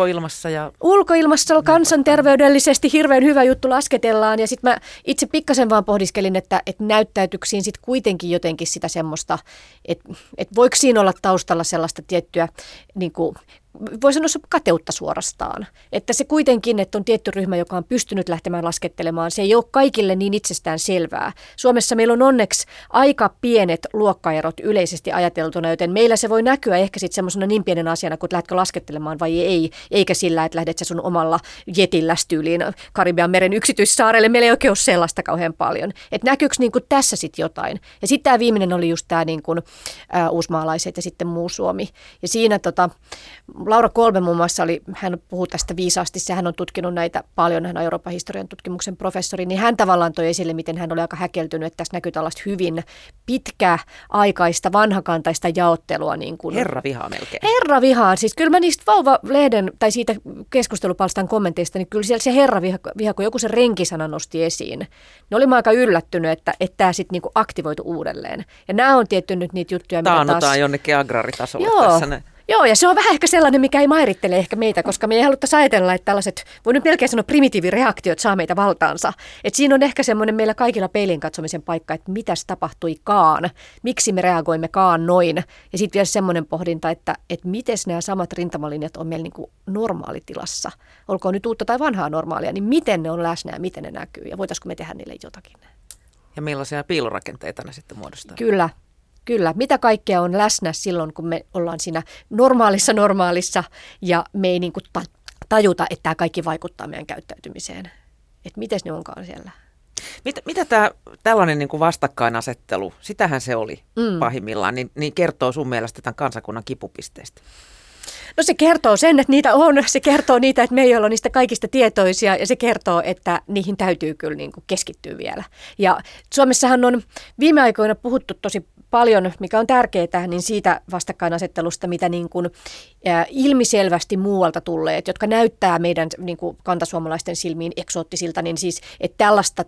Ulkoilmassa kansanterveydellisesti hirveän hyvä juttu lasketellaan ja sitten mä itse pikkasen vaan pohdiskelin, että näyttäytyksiin sitten kuitenkin jotenkin sitä semmoista, että voiko siinä olla taustalla sellaista tiettyä, niin kuin, voi sanoa kateutta suorastaan. Että se kuitenkin, että on tietty ryhmä, joka on pystynyt lähtemään laskettelemaan, se ei ole kaikille niin itsestään selvää. Suomessa meillä on onneksi aika pienet luokkaerot yleisesti ajateltuna, joten meillä se voi näkyä ehkä sitten semmoisena niin pienen asiana, kun lähdetkö laskettelemaan vai ei, eikä sillä, että lähdet sä sun omalla jetilläs tyyliin Karibian meren yksityissaarelle. Meillä ei oikein ole sellaista kauhean paljon. Että näkyykö niin kuin tässä sitten jotain? Ja sitten tämä viimeinen oli just tämä niin kuin, uusmaalaiset ja sitten muu Suomi. Ja siinä Laura Kolbe muun muassa hän puhuu tästä viisaasti, hän on tutkinut näitä paljon, hän on Euroopan historian tutkimuksen professori, niin hän tavallaan toi esille, miten hän oli aika häkeltynyt, että tässä näkyy tällaista hyvin pitkäaikaista, vanhakantaista jaottelua. Niin kuin herravihaa melkein. Herravihaa, siis kyllä mä niistä Vauva-lehden tai siitä keskustelupalstan kommenteista, niin kyllä siellä se herraviha, kun joku se renkisana nosti esiin, niin olin aika yllättynyt, että tämä sitten niinku aktivoitu uudelleen. Ja nämä on tietty nyt niitä juttuja, mitä taannutaan jonnekin agraritasolle tässä näin. Joo, ja se on vähän ehkä sellainen, mikä ei mairittele ehkä meitä, koska me ei haluttaisi ajatella, että tällaiset, voi nyt melkein sanoa primitiivireaktiot saa meitä valtaansa. Että siinä on ehkä semmoinen meillä kaikilla peilin katsomisen paikka, että mitäs tapahtuikaan, miksi me reagoimmekaan noin. Ja sitten vielä semmoinen pohdinta, että miten nämä samat rintamalinjat on meillä niin kuin normaalitilassa. Olkoon nyt uutta tai vanhaa normaalia, niin miten ne on läsnä ja miten ne näkyy ja voitaisiinko me tehdä niille jotakin. Ja millaisia piilorakenteita ne sitten muodostaa? Kyllä, mitä kaikkea on läsnä silloin, kun me ollaan siinä normaalissa ja me ei niin kuin tajuta, että tämä kaikki vaikuttaa meidän käyttäytymiseen. Että miten ne onkaan siellä? Mitä tällainen niin kuin vastakkainasettelu, sitähän se oli pahimmillaan, niin kertoo sun mielestä tämän kansakunnan kipupisteestä? No se kertoo sen, että niitä on. Se kertoo niitä, että me ei olla niistä kaikista tietoisia ja se kertoo, että niihin täytyy kyllä niin kuin keskittyä vielä. Ja Suomessahan on viime aikoina puhuttu tosi paljon, mikä on tärkeää, niin siitä vastakkainasettelusta, mitä niin kuin ilmiselvästi muualta tulleet, jotka näyttää meidän niin kuin kantasuomalaisten silmiin eksoottisilta, niin siis että tällaista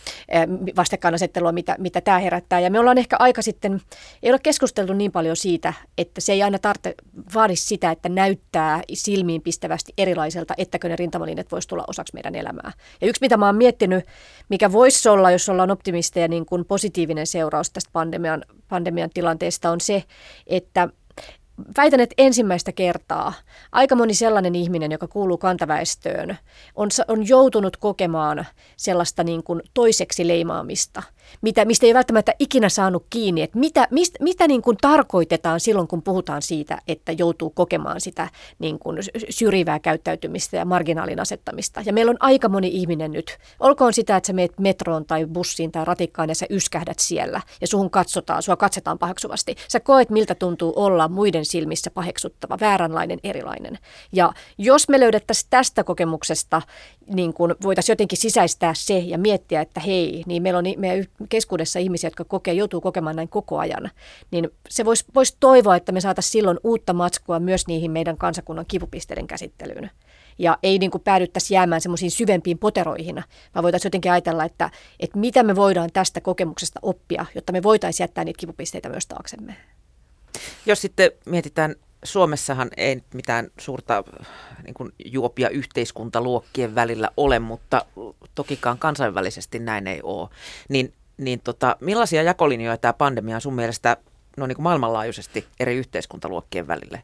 vastakkainasettelua, mitä tämä herättää. Ja me ollaan ehkä aika sitten, ei ole keskusteltu niin paljon siitä, että se ei aina vaadi sitä, että näyttää silmiin pistävästi erilaiselta, ettäkö ne rintamalinjat voisi tulla osaksi meidän elämää. Ja yksi, mitä mä oon miettinyt, mikä voisi olla, jos ollaan optimisteja, niin kuin positiivinen seuraus tästä pandemian tilanteesta on se, että väitän, että ensimmäistä kertaa aika moni sellainen ihminen, joka kuuluu kantaväestöön, on joutunut kokemaan sellaista niin kuin toiseksi leimaamista, mistä ei välttämättä ikinä saanut kiinni, että mitä niin kuin tarkoitetaan silloin, kun puhutaan siitä, että joutuu kokemaan sitä niin kuin syrjivää käyttäytymistä ja marginaalin asettamista. Ja meillä on aika moni ihminen nyt, olkoon sitä, että sä meet metroon tai bussiin tai ratikkaan ja sä yskähdät siellä ja sua katsotaan paheksuvasti. Sä koet, miltä tuntuu olla muiden silmissä paheksuttava, vääränlainen, erilainen. Ja jos me löydettäisiin tästä kokemuksesta, niin kun voitaisiin jotenkin sisäistää se ja miettiä, että hei, niin meillä on meidän keskuudessa ihmisiä, jotka joutuu kokemaan näin koko ajan, niin se voisi toivoa, että me saataisiin silloin uutta matskua myös niihin meidän kansakunnan kipupisteiden käsittelyyn. Ja ei niin kuin päädyttäisi jäämään semmoisiin syvempiin poteroihin, vaan voitaisiin jotenkin ajatella, että mitä me voidaan tästä kokemuksesta oppia, jotta me voitaisiin jättää niitä kipupisteitä myös taaksemme. Jos sitten mietitään, Suomessahan ei nyt mitään suurta niin kuin juopia yhteiskuntaluokkien välillä ole, mutta tokikaan kansainvälisesti näin ei ole. Millaisia jakolinjoja tämä pandemia on sun mielestä niin kuin maailmanlaajuisesti eri yhteiskuntaluokkien välille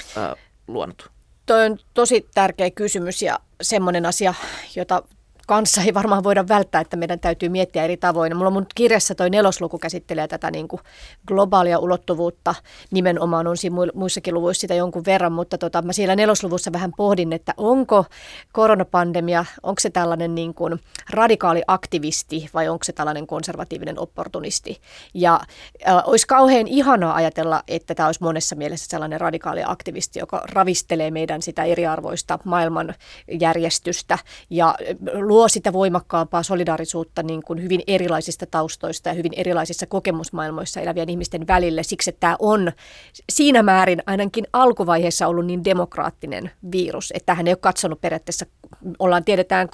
luonut? Toi on tosi tärkeä kysymys ja semmoinen asia, jota kanssa ei varmaan voida välttää, että meidän täytyy miettiä eri tavoin. Mulla on mun kirjassa toi 4. luku käsittelee tätä niin kuin globaalia ulottuvuutta. Nimenomaan on siinä muissakin luvuissa sitä jonkun verran, mutta mä siellä 4. luvussa vähän pohdin, että onko koronapandemia, onko se tällainen niin kuin radikaali aktivisti vai onko se tällainen konservatiivinen opportunisti. Ja olisi kauhean ihanaa ajatella, että tämä olisi monessa mielessä sellainen radikaali aktivisti, joka ravistelee meidän sitä eriarvoista maailmanjärjestystä ja luo sitä voimakkaampaa solidaarisuutta niin kuin hyvin erilaisista taustoista ja hyvin erilaisissa kokemusmaailmoissa elävien ihmisten välille. Siksi, että tämä on siinä määrin ainakin alkuvaiheessa ollut niin demokraattinen virus, että hän ei ole katsonut periaatteessa, tiedetään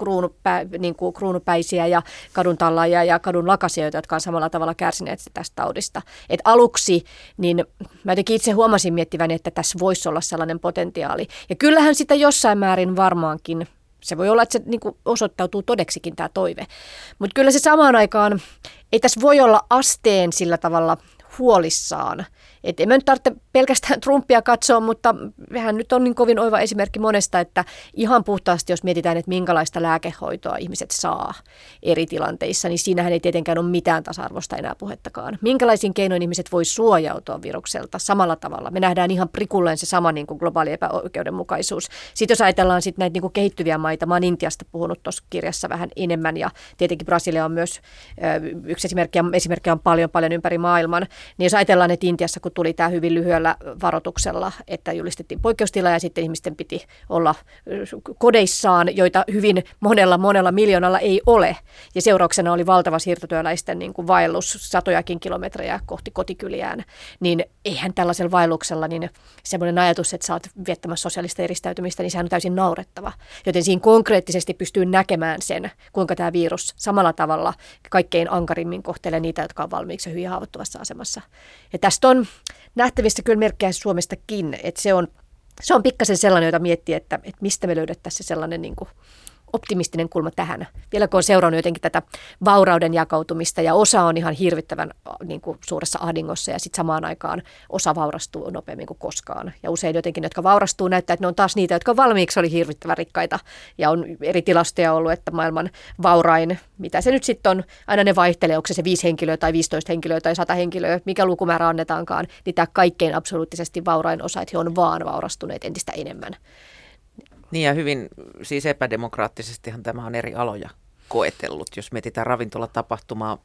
kruunupäisiä ja kaduntallaajia ja kadunlakaisijoita, jotka on samalla tavalla kärsineet tästä taudista. Et aluksi niin mä jotenkin itse huomasin miettiväni, että tässä voisi olla sellainen potentiaali. Ja kyllähän sitä jossain määrin varmaankin. Se voi olla, että se niin kuin osoittautuu todeksikin tämä toive. Mutta kyllä se samaan aikaan, ei tässä voi olla asteen sillä tavalla huolissaan. Et emme nyt tarvitse pelkästään Trumpia katsoa, mutta hän nyt on niin kovin oiva esimerkki monesta, että ihan puhtaasti, jos mietitään, että minkälaista lääkehoitoa ihmiset saa eri tilanteissa, niin siinähän ei tietenkään ole mitään tasa-arvosta enää puhettakaan. Minkälaisiin keinoin ihmiset voi suojautua virukselta samalla tavalla? Me nähdään ihan prikulleen se sama niin kuin globaali epäoikeudenmukaisuus. Sitten jos ajatellaan sit näitä niin kuin kehittyviä maita, mä oon Intiasta puhunut tuossa kirjassa vähän enemmän ja tietenkin Brasilia on myös yksi esimerkki on paljon ympäri maailman. Niin jos ajatellaan, että Intiassa kun tuli tämä hyvin lyhyellä varoituksella, että julistettiin poikkeustila ja sitten ihmisten piti olla kodeissaan, joita hyvin monella miljoonalla ei ole. Ja seurauksena oli valtava siirtotyöläisten niin kuin vaellus satojakin kilometrejä kohti kotikyliään. Niin eihän tällaisella vaelluksella niin semmoinen ajatus, että sä oot viettämässä sosiaalista eristäytymistä, niin sehän on täysin naurettava. Joten siinä konkreettisesti pystyy näkemään sen, kuinka tämä virus samalla tavalla kaikkein ankarimmin kohtelee niitä, jotka on valmiiksi hyvin haavoittuvassa asemassa. Ja tästä on nähtävissä kyllä merkkejä Suomestakin, että se on pikkasen sellainen, jota miettii, että mistä me löydettäisiin sellainen niin kuin optimistinen kulma tähän. Vielä kun on seurannut jotenkin tätä vaurauden jakautumista ja osa on ihan hirvittävän niin kuin suuressa ahdingossa ja sitten samaan aikaan osa vaurastuu nopeammin kuin koskaan. Ja usein jotenkin, jotka vaurastuu, näyttää, että ne on taas niitä, jotka valmiiksi oli hirvittävän rikkaita. Ja on eri tilastoja ollut, että maailman vaurain, mitä se nyt sitten on, aina ne vaihtelee, onko se 5 henkilöä tai 15 henkilöä tai 100 henkilöä, mikä lukumäärä annetaankaan, niin tämä kaikkein absoluuttisesti vaurain osa, että he on vaan vaurastuneet entistä enemmän. Niin ja hyvin siis epädemokraattisestihan tämä on eri aloja koetellut. Jos mietitään ravintolatapahtumaa,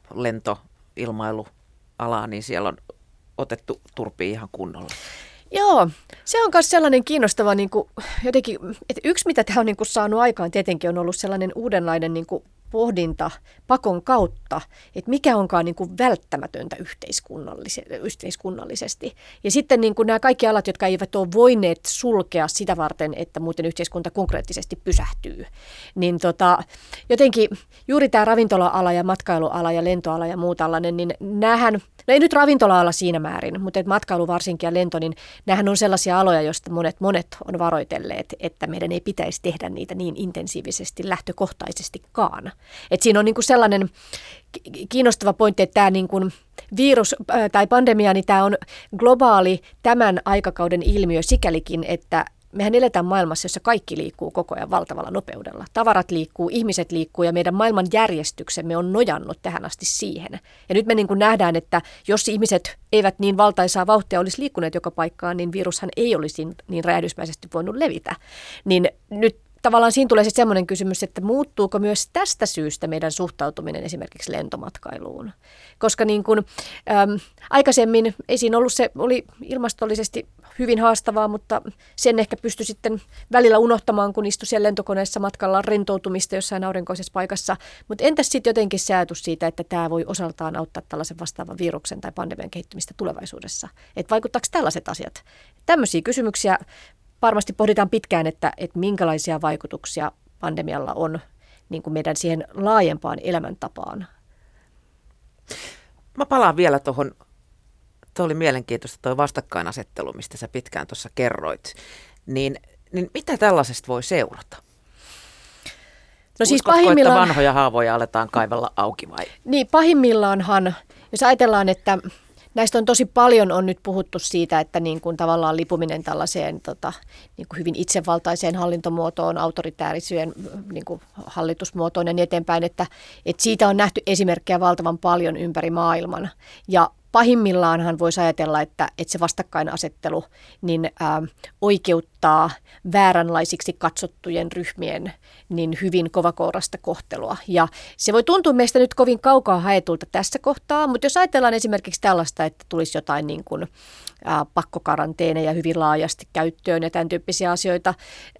lentoilmailualaa, niin siellä on otettu turpiin ihan kunnolla. Joo, se on myös sellainen kiinnostava, niin kuin, jotenkin, että yksi mitä tämä on niin kuin saanut aikaan tietenkin on ollut sellainen uudenlainen niin kuin pohdinta pakon kautta, että mikä onkaan niin kuin välttämätöntä yhteiskunnallisesti. Ja sitten niin kuin nämä kaikki alat, jotka eivät ole voineet sulkea sitä varten, että muuten yhteiskunta konkreettisesti pysähtyy. Niin jotenkin juuri tämä ravintola-ala ja matkailuala ja lentoala ja muu tällainen, niin näähän, no ei nyt ravintola-ala siinä määrin, mutta matkailu varsinkin ja lento, niin näähän on sellaisia aloja, joista monet on varoitelleet, että meidän ei pitäisi tehdä niitä niin intensiivisesti lähtökohtaisestikaan. Et siinä on niin kuin sellainen kiinnostava pointti, että tämä niin kuin virus tai pandemia, niin tämä on globaali tämän aikakauden ilmiö sikälikin, että mehän eletään maailmassa, jossa kaikki liikkuu koko ajan valtavalla nopeudella. Tavarat liikkuu, ihmiset liikkuu ja meidän maailman järjestyksemme on nojannut tähän asti siihen. Ja nyt me niin kuin nähdään, että jos ihmiset eivät niin valtaisaa vauhtia olisi liikkuneet joka paikkaan, niin virushan ei olisi niin räjähdysmäisesti voinut levitä. Niin nyt tavallaan siinä tulee sitten semmoinen kysymys, että muuttuuko myös tästä syystä meidän suhtautuminen esimerkiksi lentomatkailuun. Koska niin kuin, aikaisemmin ei siinä ollut oli ilmastollisesti hyvin haastavaa, mutta sen ehkä pystyi sitten välillä unohtamaan, kun istui siellä lentokoneessa matkalla rentoutumista jossain aurinkoisessa paikassa. Mutta entäs sitten jotenkin se ajatus siitä, että tämä voi osaltaan auttaa tällaisen vastaavan viruksen tai pandemian kehittymistä tulevaisuudessa? Että vaikuttaako tällaiset asiat? Tämmöisiä kysymyksiä varmasti pohditaan pitkään, että minkälaisia vaikutuksia pandemialla on niin kuin meidän siihen laajempaan elämäntapaan. Mä palaan vielä tuohon, tuo oli mielenkiintoista tuo vastakkainasettelu, mistä sä pitkään tuossa kerroit. Niin mitä tällaisesta voi seurata? No siis uskotko, että vanhoja haavoja aletaan kaivella auki vai? Niin, pahimmillaanhan, jos ajatellaan, että näistä on tosi paljon on nyt puhuttu siitä, että niin kuin tavallaan lipuminen tällaiseen niin kuin hyvin itsevaltaiseen hallintomuotoon, autoritäärisyyden niin kuin hallitusmuotoon ja niin eteenpäin, että siitä on nähty esimerkkejä valtavan paljon ympäri maailman. Ja pahimmillaanhan voisi ajatella, että se vastakkainasettelu niin, oikeuttaa vääränlaisiksi katsottujen ryhmien niin hyvin kovakourasta kohtelua. Ja se voi tuntua meistä nyt kovin kaukaa haetulta tässä kohtaa, mutta jos ajatellaan esimerkiksi tällaista, että tulisi jotain niin kuin, pakkokaranteeneja hyvin laajasti käyttöön ja tämän tyyppisiä asioita.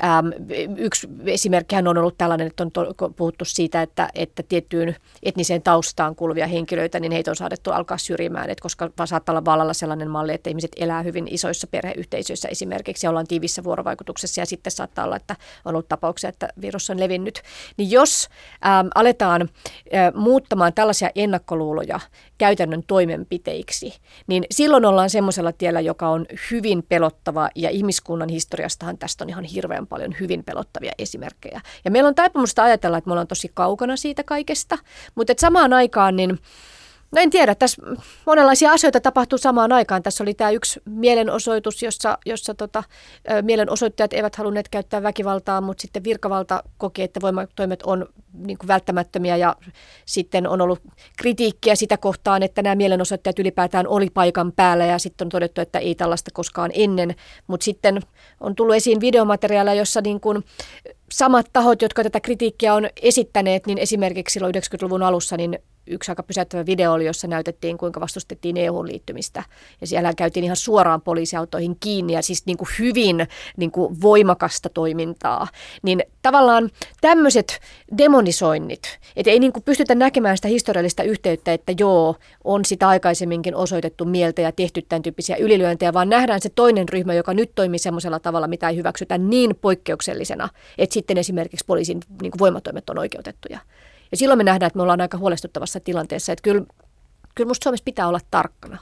Yksi esimerkkihän on ollut tällainen, että on puhuttu siitä, että tiettyyn etniseen taustaan kuuluvia henkilöitä, niin heitä on saadettu alkaa syrjimään, että koska saattaa olla vallalla sellainen malli, että ihmiset elää hyvin isoissa perheyhteisöissä esimerkiksi ja ollaan tiivissä vuorovaikutuksessa ja sitten saattaa olla, että on ollut tapauksia, että virus on levinnyt. Niin jos aletaan muuttamaan tällaisia ennakkoluuloja käytännön toimenpiteiksi, niin silloin ollaan semmoisella tiellä, joka on hyvin pelottava ja ihmiskunnan historiastahan tästä on ihan hirveän paljon hyvin pelottavia esimerkkejä. Ja meillä on taipumusta ajatella, että me ollaan tosi kaukana siitä kaikesta, mutta samaan aikaan niin no en tiedä, tässä monenlaisia asioita tapahtuu samaan aikaan. Tässä oli tämä yksi mielenosoitus, jossa mielenosoittajat eivät halunneet käyttää väkivaltaa, mutta sitten virkavalta koki, että voimatoimet on niin kuin välttämättömiä ja sitten on ollut kritiikkiä sitä kohtaan, että nämä mielenosoittajat ylipäätään oli paikan päällä ja sitten on todettu, että ei tällaista koskaan ennen, mutta sitten on tullut esiin videomateriaalia, jossa niin kuin samat tahot, jotka tätä kritiikkiä on esittäneet, niin esimerkiksi silloin 90-luvun alussa niin yksi aika pysäyttävä video oli, jossa näytettiin, kuinka vastustettiin EU-liittymistä. Ja siellä käytiin ihan suoraan poliisiautoihin kiinni ja siis niin kuin hyvin niin kuin voimakasta toimintaa. Niin tavallaan tämmöiset demonisoinnit, että ei niin kuin pystytä näkemään sitä historiallista yhteyttä, että joo, on sitä aikaisemminkin osoitettu mieltä ja tehty tämän tyyppisiä ylilyöntejä, vaan nähdään se toinen ryhmä, joka nyt toimii semmoisella tavalla, mitä ei hyväksytä niin poikkeuksellisena, että sitten esimerkiksi poliisin niin kuin voimatoimet on oikeutettuja. Ja silloin me nähdään, että me ollaan aika huolestuttavassa tilanteessa, että kyllä musta Suomessa pitää olla tarkkana.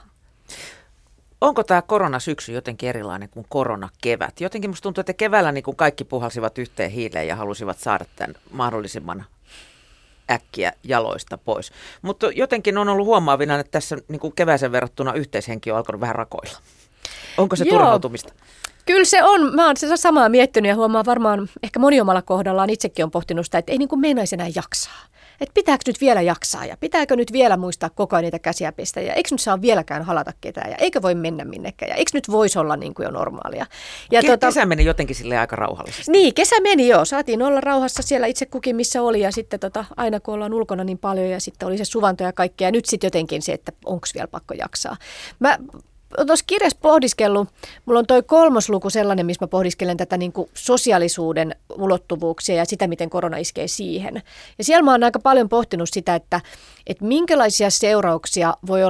Onko tämä koronasyksy jotenkin erilainen kuin koronakevät? Jotenkin musta tuntuu, että keväällä niin kuin kaikki puhalsivat yhteen hiileen ja halusivat saada tämän mahdollisimman äkkiä jaloista pois. Mutta jotenkin on ollut huomaavina, että tässä niin kuin kevääseen verrattuna yhteishenki on alkanut vähän rakoilla. Onko se turhautumista? Kyllä se on. Mä oon se samaa miettinyt ja huomaan varmaan, ehkä moni omalla kohdallaan itsekin on pohtinut sitä, että ei niin kuin meinaisi enää jaksaa. Että pitääkö nyt vielä jaksaa ja pitääkö nyt vielä muistaa koko ajan niitä käsiä pestä ja eikö nyt saa vieläkään halata ketään ja eikö voi mennä minnekään ja eikö nyt voisi olla niin kuin jo normaalia. Ja kesä meni jotenkin silleen aika rauhallisesti. Niin, kesä meni joo. Saatiin olla rauhassa siellä itse kukin missä oli ja sitten aina kun ollaan ulkona niin paljon ja sitten oli se suvanto ja kaikkea ja nyt sitten jotenkin se, että onko vielä pakko jaksaa. Mä olen tuossa kirjassa pohdiskellut, mulla on toi 3. luku sellainen, missä mä pohdiskelen tätä niin kuin sosiaalisuuden ulottuvuuksia ja sitä, miten korona iskee siihen. Ja siellä mä oon aika paljon pohtinut sitä, että minkälaisia seurauksia voi olla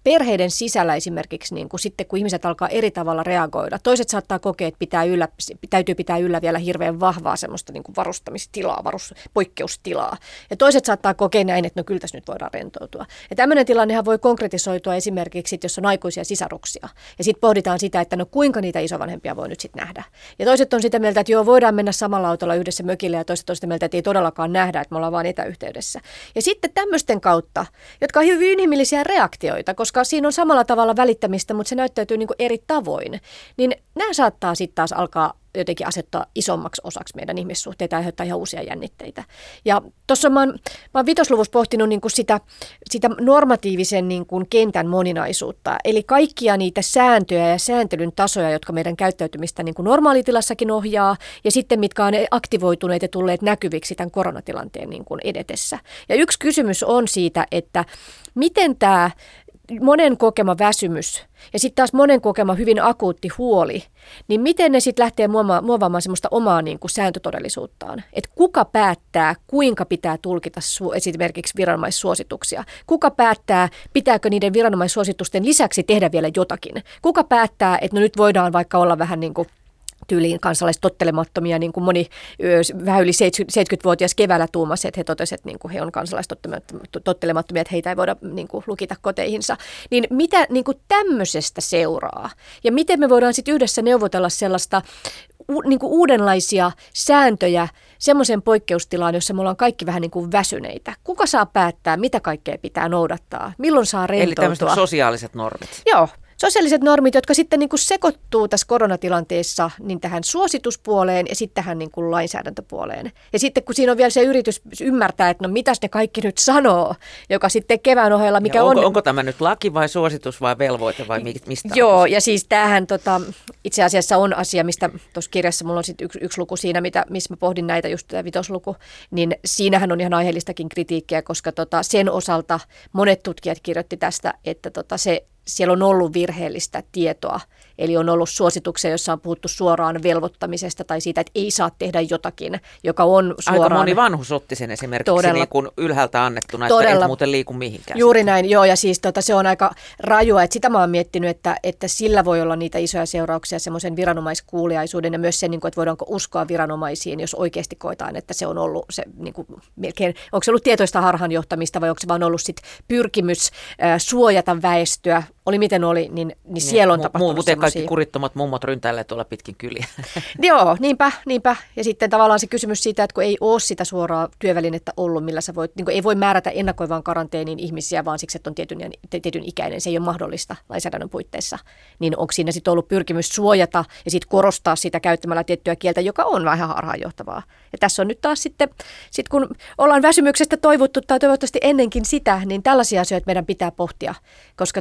perheiden sisällä esimerkiksi niin kuin sitten, kun ihmiset alkaa eri tavalla reagoida. Toiset saattaa kokea, että täytyy pitää yllä vielä hirveän vahvaa semmoista niin kuin varustamistilaa, poikkeustilaa. Ja toiset saattaa kokea näin, että no kyllä tässä nyt voidaan rentoutua. Ja tämmöinen tilannehan voi konkretisoitua esimerkiksi, jos on aikuisia sisaruksia. Ja sitten pohditaan sitä, että no kuinka niitä isovanhempia voi nyt sitten nähdä. Ja toiset on sitä mieltä, että joo, voidaan mennä samalla autolla yhdessä mökille, ja toiset on sitä mieltä, että ei todellakaan nähdä, että me ollaan vaan etäyhteydessä. Ja sitten tämmöisten kautta, jotka on hyvin inhimillisiä reaktioita, koska siinä on samalla tavalla välittämistä, mutta se näyttäytyy niin kuin eri tavoin, niin nämä saattaa sitten taas alkaa jotenkin asettaa isommaksi osaksi meidän ihmissuhteita ja aiheuttaa ihan uusia jännitteitä. Ja tuossa mä oon vitosluvussa pohtinut niin kuin sitä normatiivisen niin kuin kentän moninaisuutta, eli kaikkia niitä sääntöjä ja sääntelyn tasoja, jotka meidän käyttäytymistä niin kuin normaalitilassakin ohjaa, ja sitten mitkä on aktivoituneet ja tulleet näkyviksi tämän koronatilanteen niin kuin edetessä. Ja yksi kysymys on siitä, että miten tämä monen kokema väsymys ja sitten taas monen kokema hyvin akuutti huoli, niin miten ne sitten lähtee muovaamaan semmoista omaa niin kuin sääntötodellisuuttaan? Että kuka päättää, kuinka pitää tulkita esimerkiksi viranomaissuosituksia? Kuka päättää, pitääkö niiden viranomaissuositusten lisäksi tehdä vielä jotakin? Kuka päättää, että no nyt voidaan vaikka olla vähän niin kuin tyyliin kansalaistottelemattomia, niin kuin moni vähän yli 70-vuotias keväällä tuumasi, että he totesivat, että niin kuin he on kansalaistottelemattomia, että heitä ei voida niin kuin lukita koteihinsa. Niin mitä niin kuin tämmöisestä seuraa? Ja miten me voidaan sitten yhdessä neuvotella sellaista niin kuin uudenlaisia sääntöjä semmoiseen poikkeustilaan, jossa me ollaan kaikki vähän niin kuin väsyneitä? Kuka saa päättää, mitä kaikkea pitää noudattaa? Milloin saa rentoutua? Eli tämmöiset sosiaaliset normit. Joo. Sosiaaliset normit, jotka sitten niin kuin sekoittuu tässä koronatilanteessa niin tähän suosituspuoleen ja sitten tähän niin kuin lainsäädäntöpuoleen. Ja sitten kun siinä on vielä se yritys ymmärtää, että no mitäs ne kaikki nyt sanoo, joka sitten kevään ohella, mikä onko tämä nyt laki vai suositus vai velvoite vai mistä? Joo, ja siis tämähän itse asiassa on asia, mistä tuossa kirjassa mulla on sitten yksi luku siinä, missä mä pohdin näitä, just tämä vitosluku, niin siinähän on ihan aiheellistakin kritiikkiä, koska sen osalta monet tutkijat kirjoitti tästä, että siellä on ollut virheellistä tietoa, eli on ollut suosituksia, joissa on puhuttu suoraan velvoittamisesta tai siitä, että ei saa tehdä jotakin, joka on suoraan. Aika moni vanhus otti sen esimerkiksi niin kuin ylhäältä annettuna, että et muuten liiku mihinkään. Juuri näin, joo, ja siis se on aika rajua, että sitä mä oon miettinyt, että sillä voi olla niitä isoja seurauksia semmoisen viranomaiskuuliaisuuden ja myös sen, että voidaanko uskoa viranomaisiin, jos oikeasti koetaan, että se on ollut se niin kuin melkein, onko se ollut tietoista harhaanjohtamista vai onko se vaan ollut sit pyrkimys suojata väestöä, oli miten oli, niin siellä on tapahtunut semmoisia. Kaikki kurittomat mummot ryntäilee tuolla pitkin kyliä. Joo, niinpä. Ja sitten tavallaan se kysymys siitä, että kun ei ole sitä suoraa työvälinettä ollut, millä sä voit, niin kuin ei voi määrätä ennakoivaan karanteeniin ihmisiä, vaan siksi, että on tietyn ikäinen. Se ei ole mahdollista lainsäädännön puitteissa. Niin onko siinä sitten ollut pyrkimys suojata ja sitten korostaa sitä käyttämällä tiettyä kieltä, joka on vähän harhaanjohtavaa. Ja tässä on nyt taas sitten kun ollaan väsymyksestä toivottu tai toivottavasti ennenkin sitä, niin tällaisia asioita meidän pitää pohtia, koska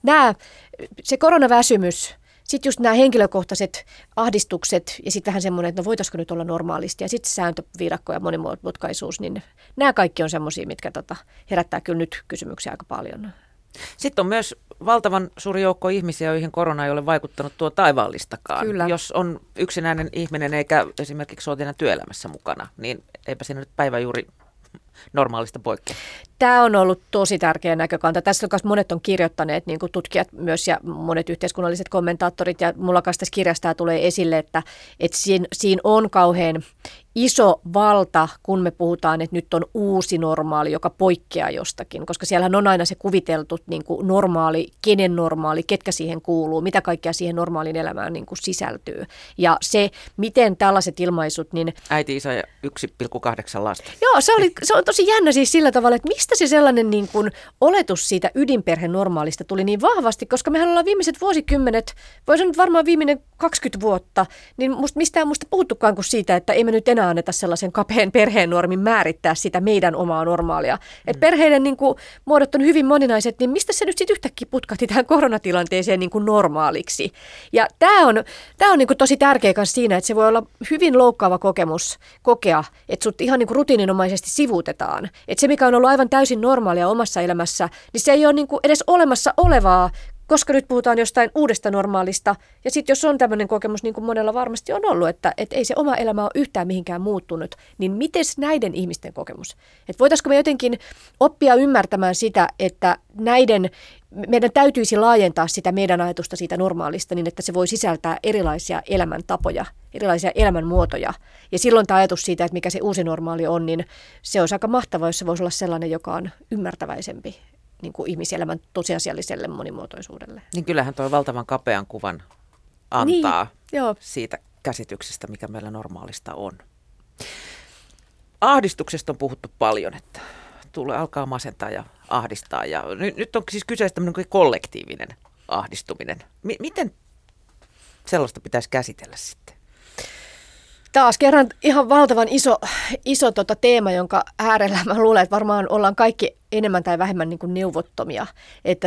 se koronaväsymys, sitten just nämä henkilökohtaiset ahdistukset ja sitten vähän semmoinen, että no voitaisiko nyt olla normaalisti ja sitten sääntöviidakko ja monimutkaisuus, niin nämä kaikki on semmoisia, mitkä herättää kyllä nyt kysymyksiä aika paljon. Sitten on myös valtavan suuri joukko ihmisiä, joihin korona ei ole vaikuttanut tuo taivaallistakaan. Kyllä. Jos on yksinäinen ihminen eikä esimerkiksi ole enää työelämässä mukana, niin eipä siinä nyt päivä juuri normaalista poikkea. Tämä on ollut tosi tärkeä näkökanta. Tässä monet on kirjoittaneet, niin kuin tutkijat myös ja monet yhteiskunnalliset kommentaattorit. Ja mulla kanssa tässä kirjassa tulee esille, että siinä on kauhean iso valta, kun me puhutaan, että nyt on uusi normaali, joka poikkeaa jostakin. Koska siellähän on aina se kuviteltu niin kuin normaali, kenen normaali, ketkä siihen kuuluu, mitä kaikkea siihen normaalin elämään niin kuin sisältyy. Ja se, miten tällaiset ilmaisut, niin äiti, isä ja 1,8 lasta. Joo, se on tosi jännä siis sillä tavalla, että mistä se sellainen niin kuin oletus siitä ydinperheen normaalista tuli niin vahvasti, koska mehän ollaan viimeiset vuosikymmenet, voisi nyt varmaan viimeinen 20 vuotta, niin mistään musta puhuttukaan kuin siitä, että ei me nyt enää anneta sellaisen kapean perheen normin määrittää sitä meidän omaa normaalia. Että perheiden niin kuin, muodot on hyvin moninaiset, niin mistä se nyt sitten yhtäkkiä putkahti tähän koronatilanteeseen niin kuin normaaliksi? Ja tämä on niin kuin tosi tärkeä kanssa siinä, että se voi olla hyvin loukkaava kokemus kokea, että sut ihan niin kuin rutiininomaisesti sivuutetaan. Että se, mikä on ollut aivan täysin normaalia omassa elämässä, niin se ei ole niin kuin edes olemassa olevaa, koska nyt puhutaan jostain uudesta normaalista. Ja sitten jos on tämmöinen kokemus, niin kuin monella varmasti on ollut, että ei se oma elämä ole yhtään mihinkään muuttunut, niin miten näiden ihmisten kokemus? Että voitaisiko me jotenkin oppia ymmärtämään sitä, että meidän täytyisi laajentaa sitä meidän ajatusta siitä normaalista niin, että se voi sisältää erilaisia elämäntapoja, erilaisia elämänmuotoja. Ja silloin tämä ajatus siitä, että mikä se uusi normaali on, niin se olisi aika mahtavaa, jos se voisi olla sellainen, joka on ymmärtäväisempi niin kuin ihmiselämän tosiasialliselle monimuotoisuudelle. Niin kyllähän tuo valtavan kapean kuvan antaa siitä käsityksestä, mikä meillä normaalista on. Ahdistuksesta on puhuttu paljon, että alkaa masentaa ja ahdistaa. Ja nyt on siis kyseessä tämmöinen kollektiivinen ahdistuminen. Miten sellaista pitäisi käsitellä sitten? Taas kerran ihan valtavan iso teema, jonka äärellä mä luulen, että varmaan ollaan kaikki enemmän tai vähemmän niin kuin neuvottomia. Että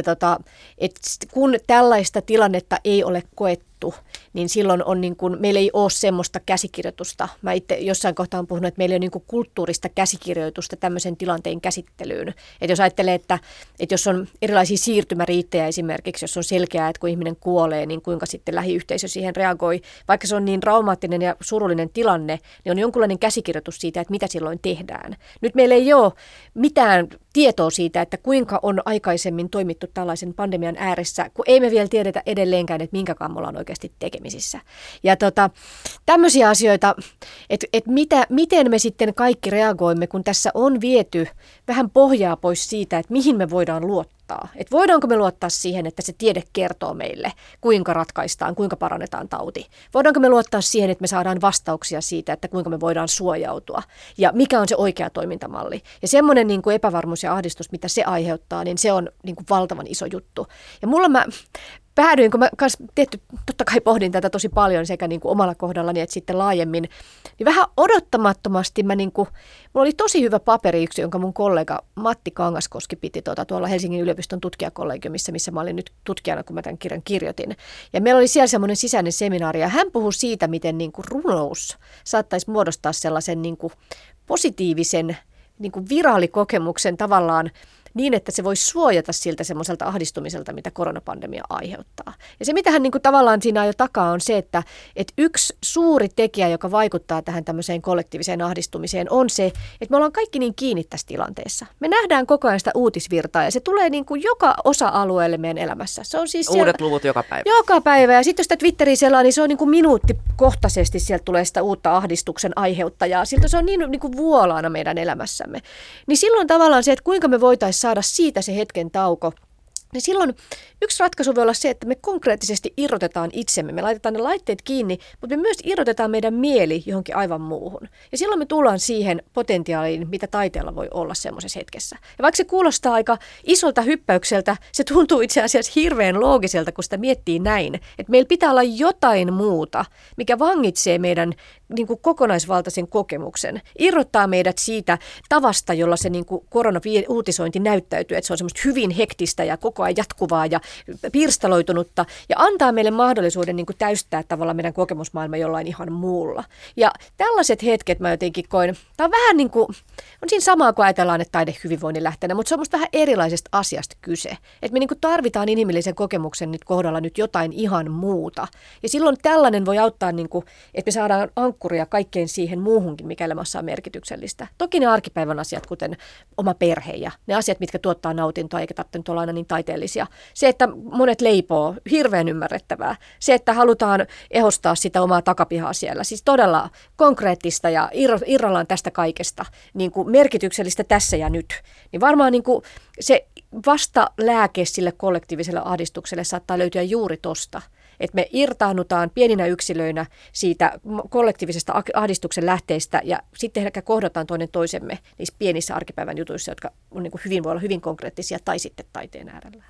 kun tällaista tilannetta ei ole koettu, niin silloin on niin kuin, meillä ei ole semmoista käsikirjoitusta. Mä itse jossain kohtaa olen puhunut, että meillä ei ole niin kuin kulttuurista käsikirjoitusta tämmöisen tilanteen käsittelyyn. Että jos ajattelee, että jos on erilaisia siirtymäriittejä esimerkiksi, jos on selkeää, että kun ihminen kuolee, niin kuinka sitten lähiyhteisö siihen reagoi. Vaikka se on niin traumaattinen ja surullinen tilanne, niin on jonkunlainen käsikirjoitus siitä, että mitä silloin tehdään. Nyt meillä ei ole mitään tietoa siitä, että kuinka on aikaisemmin toimittu tällaisen pandemian ääressä, kun ei me vielä tiedetä edelleenkään, että minkä kanssa me ollaan oikeasti tekemisissä. Ja tämmöisiä asioita, että miten me sitten kaikki reagoimme, kun tässä on viety vähän pohjaa pois siitä, että mihin me voidaan luottaa. Että voidaanko me luottaa siihen, että se tiede kertoo meille, kuinka ratkaistaan, kuinka parannetaan tauti. Voidaanko me luottaa siihen, että me saadaan vastauksia siitä, että kuinka me voidaan suojautua ja mikä on se oikea toimintamalli. Ja semmoinen niin kuin epävarmuus ja ahdistus, mitä se aiheuttaa, niin se on niin kuin valtavan iso juttu. Ja mä päädyin, kun mä totta kai pohdin tätä tosi paljon sekä niin kuin omalla kohdallani että sitten laajemmin, niin vähän odottamattomasti mulla oli tosi hyvä paperi jonka mun kollega Matti Kangaskoski piti tuolla Helsingin yliopiston tutkijakollegiumissa, missä mä olin nyt tutkijana, kun mä tämän kirjan kirjoitin. Ja meillä oli siellä semmoinen sisäinen seminaari ja hän puhui siitä, miten niin kuin runous saattaisi muodostaa sellaisen niin kuin positiivisen niin kuin viraalikokemuksen tavallaan niin, että se voisi suojata siltä semmoiselta ahdistumiselta, mitä koronapandemia aiheuttaa. Ja se, mitä hän niin kuin tavallaan siinä jo takaa, on se, että yksi suuri tekijä, joka vaikuttaa tähän tämmöiseen kollektiiviseen ahdistumiseen, on se, että me ollaan kaikki niin kiinni tässä tilanteessa. Me nähdään koko ajan sitä uutisvirtaa, ja se tulee niin kuin joka osa-alueelle meidän elämässä. Se on siis uudet luvut joka päivä. Joka päivä, ja sitten jos sitä Twitteriä selaa, niin se on niin kuin minuuttikohtaisesti, sieltä tulee sitä uutta ahdistuksen aiheuttajaa. Siltä se on niin kuin vuolaana meidän elämässämme. Niin silloin tavallaan se, että kuinka me voitaisiin saada siitä se hetken tauko, niin silloin yksi ratkaisu voi olla se, että me konkreettisesti irrotetaan itsemme. Me laitetaan ne laitteet kiinni, mutta me myös irrotetaan meidän mieli johonkin aivan muuhun. Ja silloin me tullaan siihen potentiaaliin, mitä taiteella voi olla semmoisessa hetkessä. Ja vaikka se kuulostaa aika isolta hyppäykseltä, se tuntuu itse asiassa hirveän loogiselta, kun sitä miettii näin. Että meillä pitää olla jotain muuta, mikä vangitsee meidän niin kuin kokonaisvaltaisen kokemuksen. Irrottaa meidät siitä tavasta, jolla se niin kuin koronauutisointi näyttäytyy, että se on semmoista hyvin hektistä ja koko ajan jatkuvaa ja pirstaloitunutta ja antaa meille mahdollisuuden niin kuin täystää tavallaan meidän kokemusmaailma jollain ihan muulla. Ja tällaiset hetket mä jotenkin koin, tämä on vähän niin kuin, on siinä samaa kuin ajatellaan, että taidehyvinvoinnin lähteenä, mutta se on musta vähän erilaisesta asiasta kyse. Että me niin kuin tarvitaan inhimillisen kokemuksen nyt kohdalla nyt jotain ihan muuta. Ja silloin tällainen voi auttaa, niin kuin, että me saadaan ankkuria kaikkeen siihen muuhunkin, mikä elämässä on merkityksellistä. Toki ne arkipäivän asiat, kuten oma perhe ja ne asiat, mitkä tuottaa nautintoa, eikä tarvitse nyt olla aina niin taiteellisia. Se, että monet leipoo, hirveän ymmärrettävää. Se, että halutaan ehostaa sitä omaa takapihaa siellä. Siis todella konkreettista ja irrallaan tästä kaikesta, niin kuin merkityksellistä tässä ja nyt. Niin varmaan niin kuin se vastalääke sille kollektiiviselle ahdistukselle saattaa löytyä juuri tosta. Että me irtaannutaan pieninä yksilöinä siitä kollektiivisesta ahdistuksen lähteestä ja sitten ehkä kohdataan toinen toisemme niissä pienissä arkipäivän jutuissa, jotka on niin kuin voi olla hyvin konkreettisia tai sitten taiteen äärellä.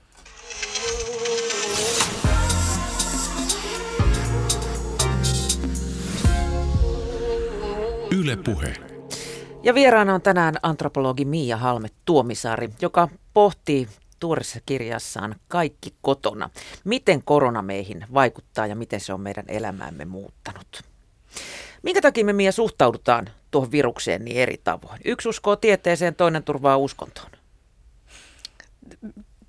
Yle Puhe. Ja vieraana on tänään antropologi Miia Halme-Tuomisaari, joka pohtii tuoreessa kirjassaan Kaikki kotona. Miten korona meihin vaikuttaa ja miten se on meidän elämäämme muuttanut. Minkä takia me, Miia, suhtaudutaan tuohon virukseen niin eri tavoin? Yksi uskoo tieteeseen, toinen turvaa uskontoon.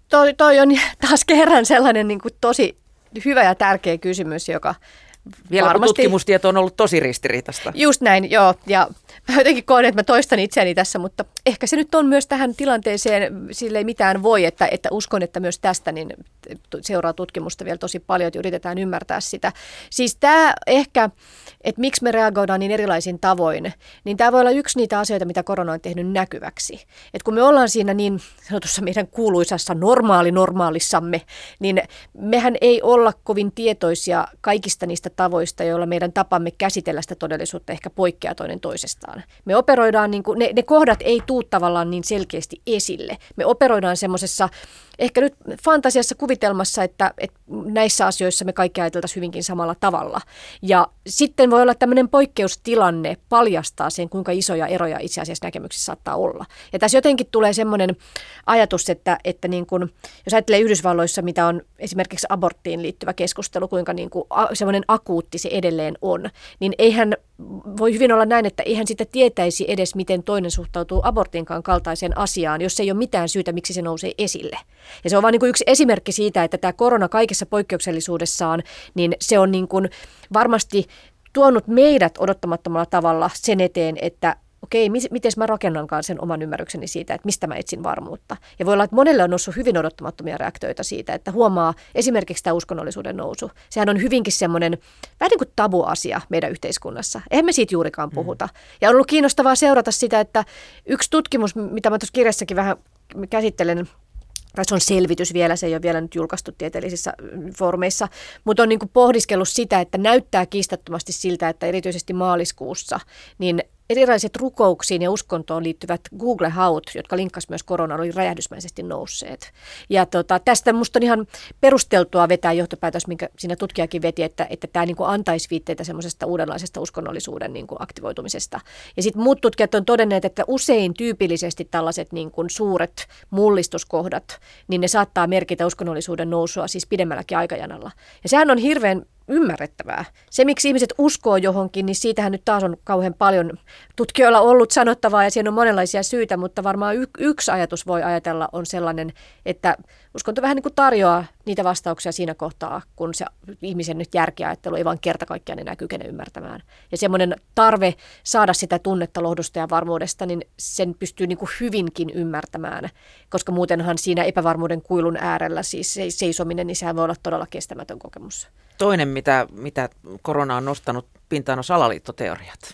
toi on taas kerran sellainen niin kuin tosi hyvä ja tärkeä kysymys, joka vielä varmasti... tutkimustieto on ollut tosi ristiriitaista. Just näin, joo. Ja mä jotenkin koen, että mä toistan itseäni tässä, mutta ehkä se nyt on myös tähän tilanteeseen, sille ei mitään voi, että uskon, että myös tästä niin seuraa tutkimusta vielä tosi paljon, että yritetään ymmärtää sitä. Siis tämä ehkä, että miksi me reagoidaan niin erilaisin tavoin, niin tämä voi olla yksi niitä asioita, mitä korona on tehnyt näkyväksi. Että kun me ollaan siinä niin sanotussa meidän kuuluisassa normaalissamme, niin mehän ei olla kovin tietoisia kaikista niistä tavoista, joilla meidän tapamme käsitellä sitä todellisuutta ehkä poikkeaa toinen toisestaan. Me operoidaan, niin kuin, ne kohdat ei tule tavallaan niin selkeästi esille. Me operoidaan semmoisessa ehkä nyt fantasiassa kuvitelmassa, että näissä asioissa me kaikki ajateltaisiin hyvinkin samalla tavalla. Ja sitten voi olla tämmöinen poikkeustilanne paljastaa sen, kuinka isoja eroja itse asiassa näkemyksissä saattaa olla. Ja tässä jotenkin tulee semmoinen ajatus, että niin kuin, jos ajattelee Yhdysvalloissa, mitä on esimerkiksi aborttiin liittyvä keskustelu, kuinka niin kuin semmoinen akuutti se edelleen on, niin eihän voi hyvin olla näin, että eihän sitä tietäisi edes, miten toinen suhtautuu abortinkaan kaltaiseen asiaan, jos ei ole mitään syytä, miksi se nousee esille. Ja se on vain niin kuin yksi esimerkki siitä, että tämä korona kaikessa poikkeuksellisuudessaan, niin se on niin kuin varmasti tuonut meidät odottamattomalla tavalla sen eteen, että okei, miten mä rakennankaan sen oman ymmärrykseni siitä, että mistä mä etsin varmuutta. Ja voi olla, että monelle on noussut hyvin odottamattomia reaktioita siitä, että huomaa esimerkiksi tämä uskonnollisuuden nousu. Sehän on hyvinkin semmoinen vähän niin kuin tabuasia meidän yhteiskunnassa. Eihän me siitä juurikaan puhuta. Ja on ollut kiinnostavaa seurata sitä, että yksi tutkimus, mitä mä tuossa kirjassakin vähän käsittelen, tai se on selvitys vielä, se ei ole vielä nyt julkaistu tieteellisissä foorumeissa, mutta on niin kuin pohdiskellut sitä, että näyttää kiistattomasti siltä, että erityisesti maaliskuussa, niin erilaiset rukouksiin ja uskontoon liittyvät Google-haut, jotka linkkasi myös koronaan, oli räjähdysmäisesti nousseet. Ja tästä minusta on ihan perusteltua vetää johtopäätös, minkä siinä tutkijakin veti, että tämä niin kuin antaisi viitteitä semmoisesta uudenlaisesta uskonnollisuuden niin kuin aktivoitumisesta. Ja sitten muut tutkijat on todenneet, että usein tyypillisesti tällaiset niin kuin suuret mullistuskohdat, niin ne saattaa merkitä uskonnollisuuden nousua siis pidemmälläkin aikajanalla. Ja sehän on hirveän ymmärrettävää. Se, miksi ihmiset uskoo johonkin, niin siitähän nyt taas on kauhean paljon tutkijoilla ollut sanottavaa ja siinä on monenlaisia syitä, mutta varmaan yksi ajatus voi ajatella on sellainen, että uskonto vähän niin kuin tarjoaa niitä vastauksia siinä kohtaa, kun se ihmisen nyt järkiajattelu ei vaan kerta kaikkiaan enää kykene ymmärtämään. Ja semmoinen tarve saada sitä tunnetta lohdusta ja varmuudesta, niin sen pystyy niin kuin hyvinkin ymmärtämään, koska muutenhan siinä epävarmuuden kuilun äärellä siis seisominen, niin sehän voi olla todella kestämätön kokemus. Toinen, mitä korona on nostanut pintaan, on salaliittoteoriat.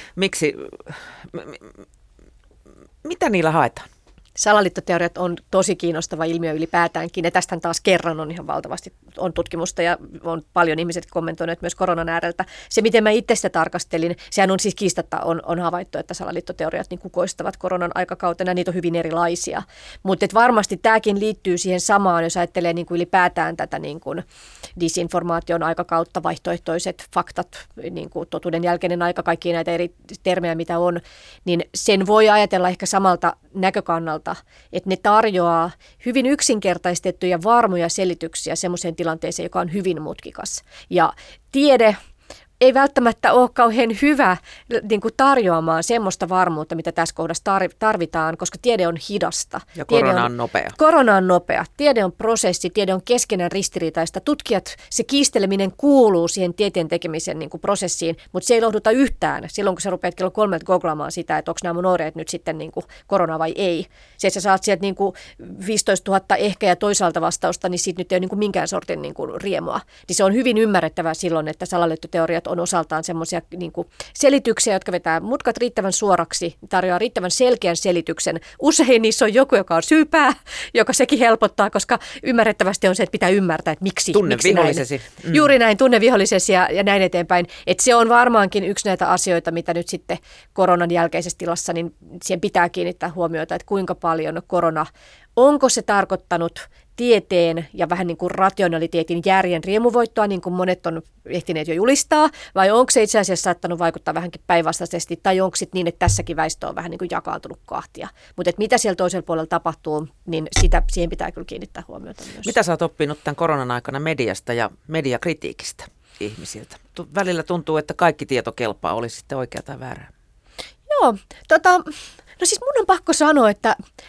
Mitä niillä haetaan? Salaliittoteoriat on tosi kiinnostava ilmiö ylipäätäänkin, ja tästä taas kerran on ihan valtavasti on tutkimusta, ja on paljon ihmiset kommentoineet myös koronan ääreltä. Se, miten mä itse sitä tarkastelin, sehän on siis kiistatta on havaittu, että salaliittoteoriat niin kukoistavat koronan aikakautena, ja niitä on hyvin erilaisia. Mutta varmasti tämäkin liittyy siihen samaan, jos ajattelee niin kuin ylipäätään tätä niin kuin disinformaation aikakautta, vaihtoehtoiset faktat, niin kuin totuuden jälkeinen aika, kaikkia näitä eri termejä, mitä on, niin sen voi ajatella ehkä samalta näkökannalta, että ne tarjoaa hyvin yksinkertaistettuja varmoja selityksiä semmoiseen tilanteeseen, joka on hyvin mutkikas. Ja tiede ei välttämättä ole kauhean hyvä niin kuin tarjoamaan semmoista varmuutta, mitä tässä kohdassa tarvitaan, koska tiede on hidasta. Ja korona on nopea. Korona on nopea. Tiede on prosessi, tiede on keskenään ristiriitaista. Tutkijat, se kiisteleminen kuuluu siihen tieteen tekemisen niin kuin prosessiin, mutta se ei lohduta yhtään silloin, kun sä rupeat kello 3 googlaamaan sitä, että onko nämä mun oireet nyt sitten niin kuin korona vai ei. Se, että sä saat sieltä niin kuin 15 000 ehkä ja toisaalta vastausta, niin siitä nyt ei ole niin kuin minkään sortin niin kuin riemua. Niin se on hyvin ymmärrettävää silloin, että salaliittoteoriat on osaltaan semmoisia niin kuin selityksiä, jotka vetää mutkat riittävän suoraksi, tarjoaa riittävän selkeän selityksen. Usein niissä on joku, joka on syypää, joka sekin helpottaa, koska ymmärrettävästi on se, että pitää ymmärtää, että miksi tunnevihollisesi. Näin. Juuri näin, tunnevihollisesi ja näin eteenpäin. Että se on varmaankin yksi näitä asioita, mitä nyt sitten koronan jälkeisessä tilassa, niin siihen pitää kiinnittää huomiota, että kuinka paljon korona, onko se tarkoittanut tieteen ja vähän niin kuin rationaliteetin järjen riemuvoittoa, niin kuin monet on ehtineet jo julistaa, vai onko se itse asiassa saattanut vaikuttaa vähänkin päinvastaisesti, tai onko sitten niin, että tässäkin väistö on vähän niin kuin jakaantunut kahtia. Mutta mitä siellä toisella puolella tapahtuu, niin siihen pitää kyllä kiinnittää huomiota myös. Mitä sä oot oppinut tämän koronan aikana mediasta ja mediakritiikistä ihmisiltä? Välillä tuntuu, että kaikki tieto kelpaa, oli sitten oikea tai väärää. Joo, no siis mun on pakko sanoa, että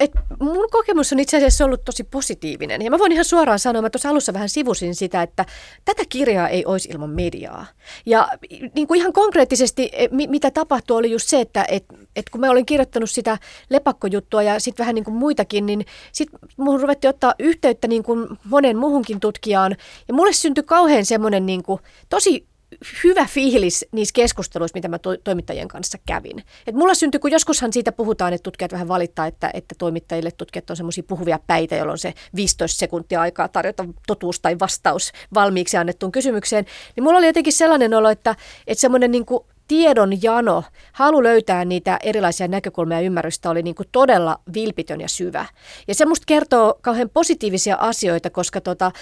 mun kokemus on itse asiassa ollut tosi positiivinen. Ja mä voin ihan suoraan sanoa, mä tuossa alussa vähän sivusin sitä, että tätä kirjaa ei olisi ilman mediaa. Ja niin kuin ihan konkreettisesti, mitä tapahtui, oli just se, että kun mä olin kirjoittanut sitä lepakkojuttua ja sitten vähän niin kuin muitakin, niin sitten muhun ruvettiin ottaa yhteyttä niin kuin monen muuhunkin tutkijaan. Ja mulle syntyi kauhean semmoinen niin kuin tosi hyvä fiilis niissä keskusteluissa, mitä mä toimittajien kanssa kävin. Et mulla syntyi, kun joskushan siitä puhutaan, että tutkijat vähän valittaa, että toimittajille tutkijat on semmoisia puhuvia päitä, jolloin se 15 sekuntia aikaa tarjota totuus tai vastaus valmiiksi annettuun kysymykseen. Niin mulla oli jotenkin sellainen olo, että semmoinen niin kuin tiedon jano, halu löytää niitä erilaisia näkökulmia ja ymmärrystä oli niin kuin todella vilpitön ja syvä. Ja se musta kertoo kauhean positiivisia asioita, koska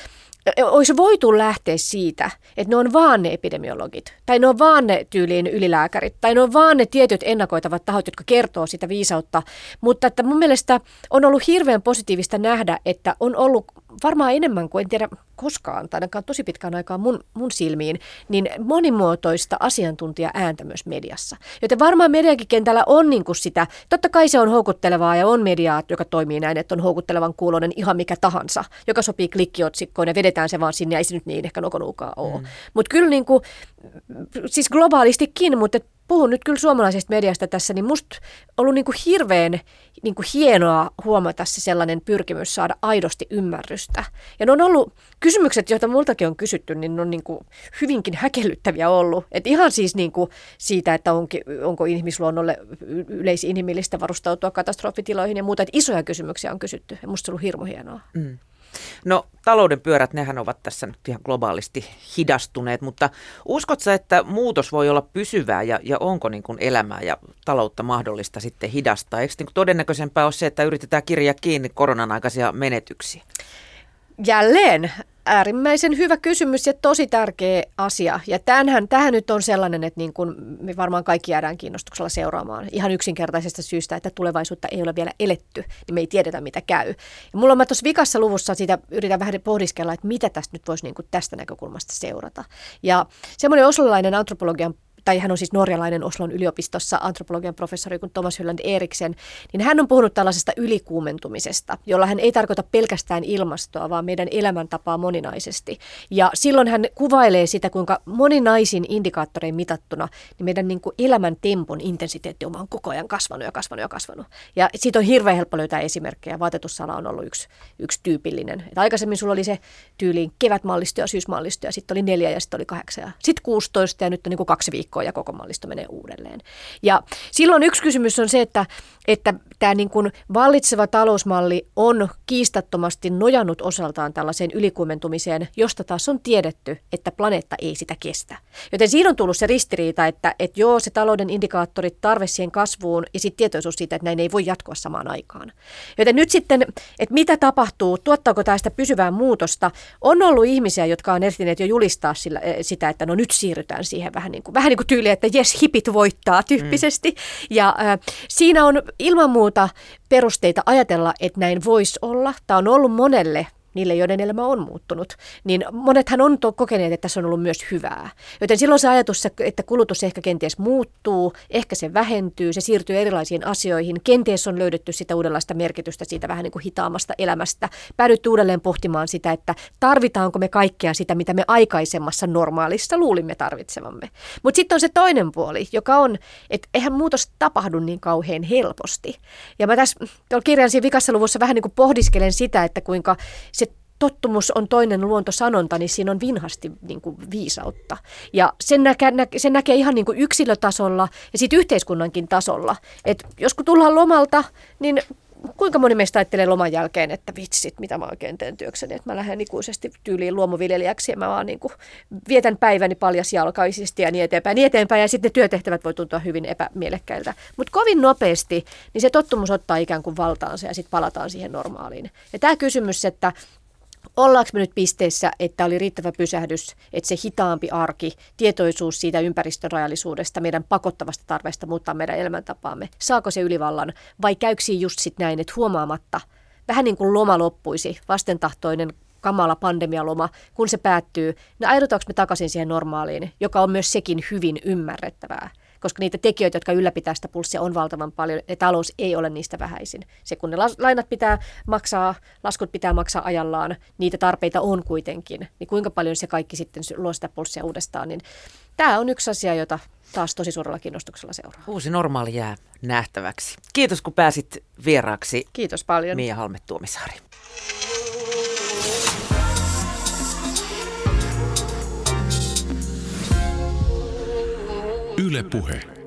olisi voitu lähteä siitä, että ne on vaan ne epidemiologit, tai ne on vaan ne tyyliin ylilääkärit, tai ne on vaan ne tietyt ennakoitavat tahot, jotka kertoo sitä viisautta. Mutta että mun mielestä on ollut hirveän positiivista nähdä, että on ollut varmaan enemmän kuin en tiedä koskaan, tai ainakaan tosi pitkään aikaa mun silmiin, niin monimuotoista asiantuntija-ääntä myös mediassa. Joten varmaan mediakin kentällä on niin kuin sitä, totta kai se on houkuttelevaa ja on mediaa, joka toimii näin, että on houkuttelevan kuuloinen ihan mikä tahansa, joka sopii klikkiotsikkoon ja vedetään se vaan sinne, ei se nyt niin ehkä nokonuukaan ole. Mutta kyllä niin kuin, siis globaalistikin, mutta puhun nyt kyllä suomalaisesta mediasta tässä, niin musta on ollut niin kuin hirveän niin kuin hienoa huomata se sellainen pyrkimys saada aidosti ymmärrystä. Ja ne on ollut kysymykset, joita multakin on kysytty, niin ne on niin kuin hyvinkin häkellyttäviä ollut. Et ihan siis niin kuin siitä, että onko ihmisluonnolle yleisinhimillistä varustautua katastrofitiloihin ja muuta. Että isoja kysymyksiä on kysytty ja musta se on ollut hirmu hienoa. Mm. No talouden pyörät, nehän ovat tässä nyt ihan globaalisti hidastuneet, mutta uskotko sä, että muutos voi olla pysyvää ja onko niin kuin elämää ja taloutta mahdollista sitten hidastaa? Eikö niin kuin todennäköisempää ole se, että yritetään kirjaa kiinni koronan aikaisia menetyksiä? Jälleen äärimmäisen hyvä kysymys ja tosi tärkeä asia. Ja tämähän nyt on sellainen, että niin kuin me varmaan kaikki jäädään kiinnostuksella seuraamaan. Ihan yksinkertaisesta syystä, että tulevaisuutta ei ole vielä eletty, niin me ei tiedetä mitä käy. Ja mulla on mä tuossa vikassa luvussa siitä yritän vähän pohdiskella, että mitä tästä nyt voisi niin kuin tästä näkökulmasta seurata. Ja semmoinen oslolainen antropologian tai hän on siis norjalainen Oslon yliopistossa antropologian professori kuin Thomas Hylland Eriksen, niin hän on puhunut tällaisesta ylikuumentumisesta, jolla hän ei tarkoita pelkästään ilmastoa, vaan meidän elämäntapaa moninaisesti. Ja silloin hän kuvailee sitä, kuinka moninaisin indikaattorein mitattuna niin meidän niin kuin elämän tempon intensiteetti on koko ajan kasvanut. Ja siitä on hirveän helppo löytää esimerkkejä. Vaatetussala on ollut yksi tyypillinen. Et aikaisemmin sulla oli se tyyliin kevätmallisto ja syysmallisto ja sitten oli 4 ja sitten oli 8 ja sitten 16 ja nyt on niin kuin 2 viikkoa ja koko mallisto menee uudelleen. Ja silloin yksi kysymys on se, että tämä niin kuin vallitseva talousmalli on kiistattomasti nojannut osaltaan tällaiseen ylikuumentumiseen, josta taas on tiedetty, että planeetta ei sitä kestä. Joten siinä on tullut se ristiriita, että joo, se talouden indikaattorit, tarve siihen kasvuun ja sitten tietoisuus siitä, että näin ei voi jatkua samaan aikaan. Joten nyt sitten, että mitä tapahtuu, tuottaako tämä sitä pysyvää muutosta, on ollut ihmisiä, jotka on ehtineet jo julistaa sitä, että no nyt siirrytään siihen vähän niin kuin tyyliä, että jes, hipit voittaa tyyppisesti. Ja siinä on ilman muuta perusteita ajatella, että näin voisi olla. Tämä on ollut monelle, niille joiden elämä on muuttunut, niin monethan on kokeneet, että se on ollut myös hyvää. Joten silloin se ajatus, että kulutus ehkä kenties muuttuu, ehkä se vähentyy, se siirtyy erilaisiin asioihin, kenties on löydetty sitä uudenlaista merkitystä siitä vähän niin kuin hitaamasta elämästä, päädytty uudelleen pohtimaan sitä, että tarvitaanko me kaikkea sitä, mitä me aikaisemmassa normaalissa luulimme tarvitsevamme. Mutta sitten on se toinen puoli, joka on, että eihän muutos tapahdu niin kauhean helposti. Ja mä tässä kirjan siinä vikassa luvussa vähän niin kuin pohdiskelen sitä, että kuinka se tottumus on toinen luontosanonta, niin siinä on vinhasti niin kuin viisautta. Ja sen näkee ihan niin kuin yksilötasolla ja sitten yhteiskunnankin tasolla. Et jos kun tullaan lomalta, niin kuinka moni meistä ajattelee loman jälkeen, että vitsit, mitä mä oikein teen työkseni, että mä lähden ikuisesti tyyliin luomuviljelijäksi ja mä vaan niin kuin vietän päiväni paljasjalkaisesti ja niin eteenpäin ja sitten ne työtehtävät voi tuntua hyvin epämielekkäiltä. Mutta kovin nopeasti niin se tottumus ottaa ikään kuin valtaansa ja sitten palataan siihen normaaliin. Ja tämä kysymys, että ollaanko me nyt pisteessä, että oli riittävä pysähdys, että se hitaampi arki, tietoisuus siitä ympäristön rajallisuudesta, meidän pakottavasta tarveesta muuttaa meidän elämäntapaamme, saako se ylivallan vai käyksii just sitten näin, että huomaamatta, vähän niin kuin loma loppuisi, vastentahtoinen kamala pandemialoma, kun se päättyy, niin aidutaanko me takaisin siihen normaaliin, joka on myös sekin hyvin ymmärrettävää. koska niitä tekijöitä, jotka ylläpitää sitä pulssia, on valtavan paljon, ja talous ei ole niistä vähäisin. Se, kun ne lainat pitää maksaa, laskut pitää maksaa ajallaan, niitä tarpeita on kuitenkin, niin kuinka paljon se kaikki sitten luo sitä pulssia uudestaan, niin tämä on yksi asia, jota taas tosi suurella kiinnostuksella seuraa. Uusi normaali jää nähtäväksi. Kiitos, kun pääsit vieraaksi. Kiitos paljon. Mia Halme-Tuomisaari. Yle Puhe.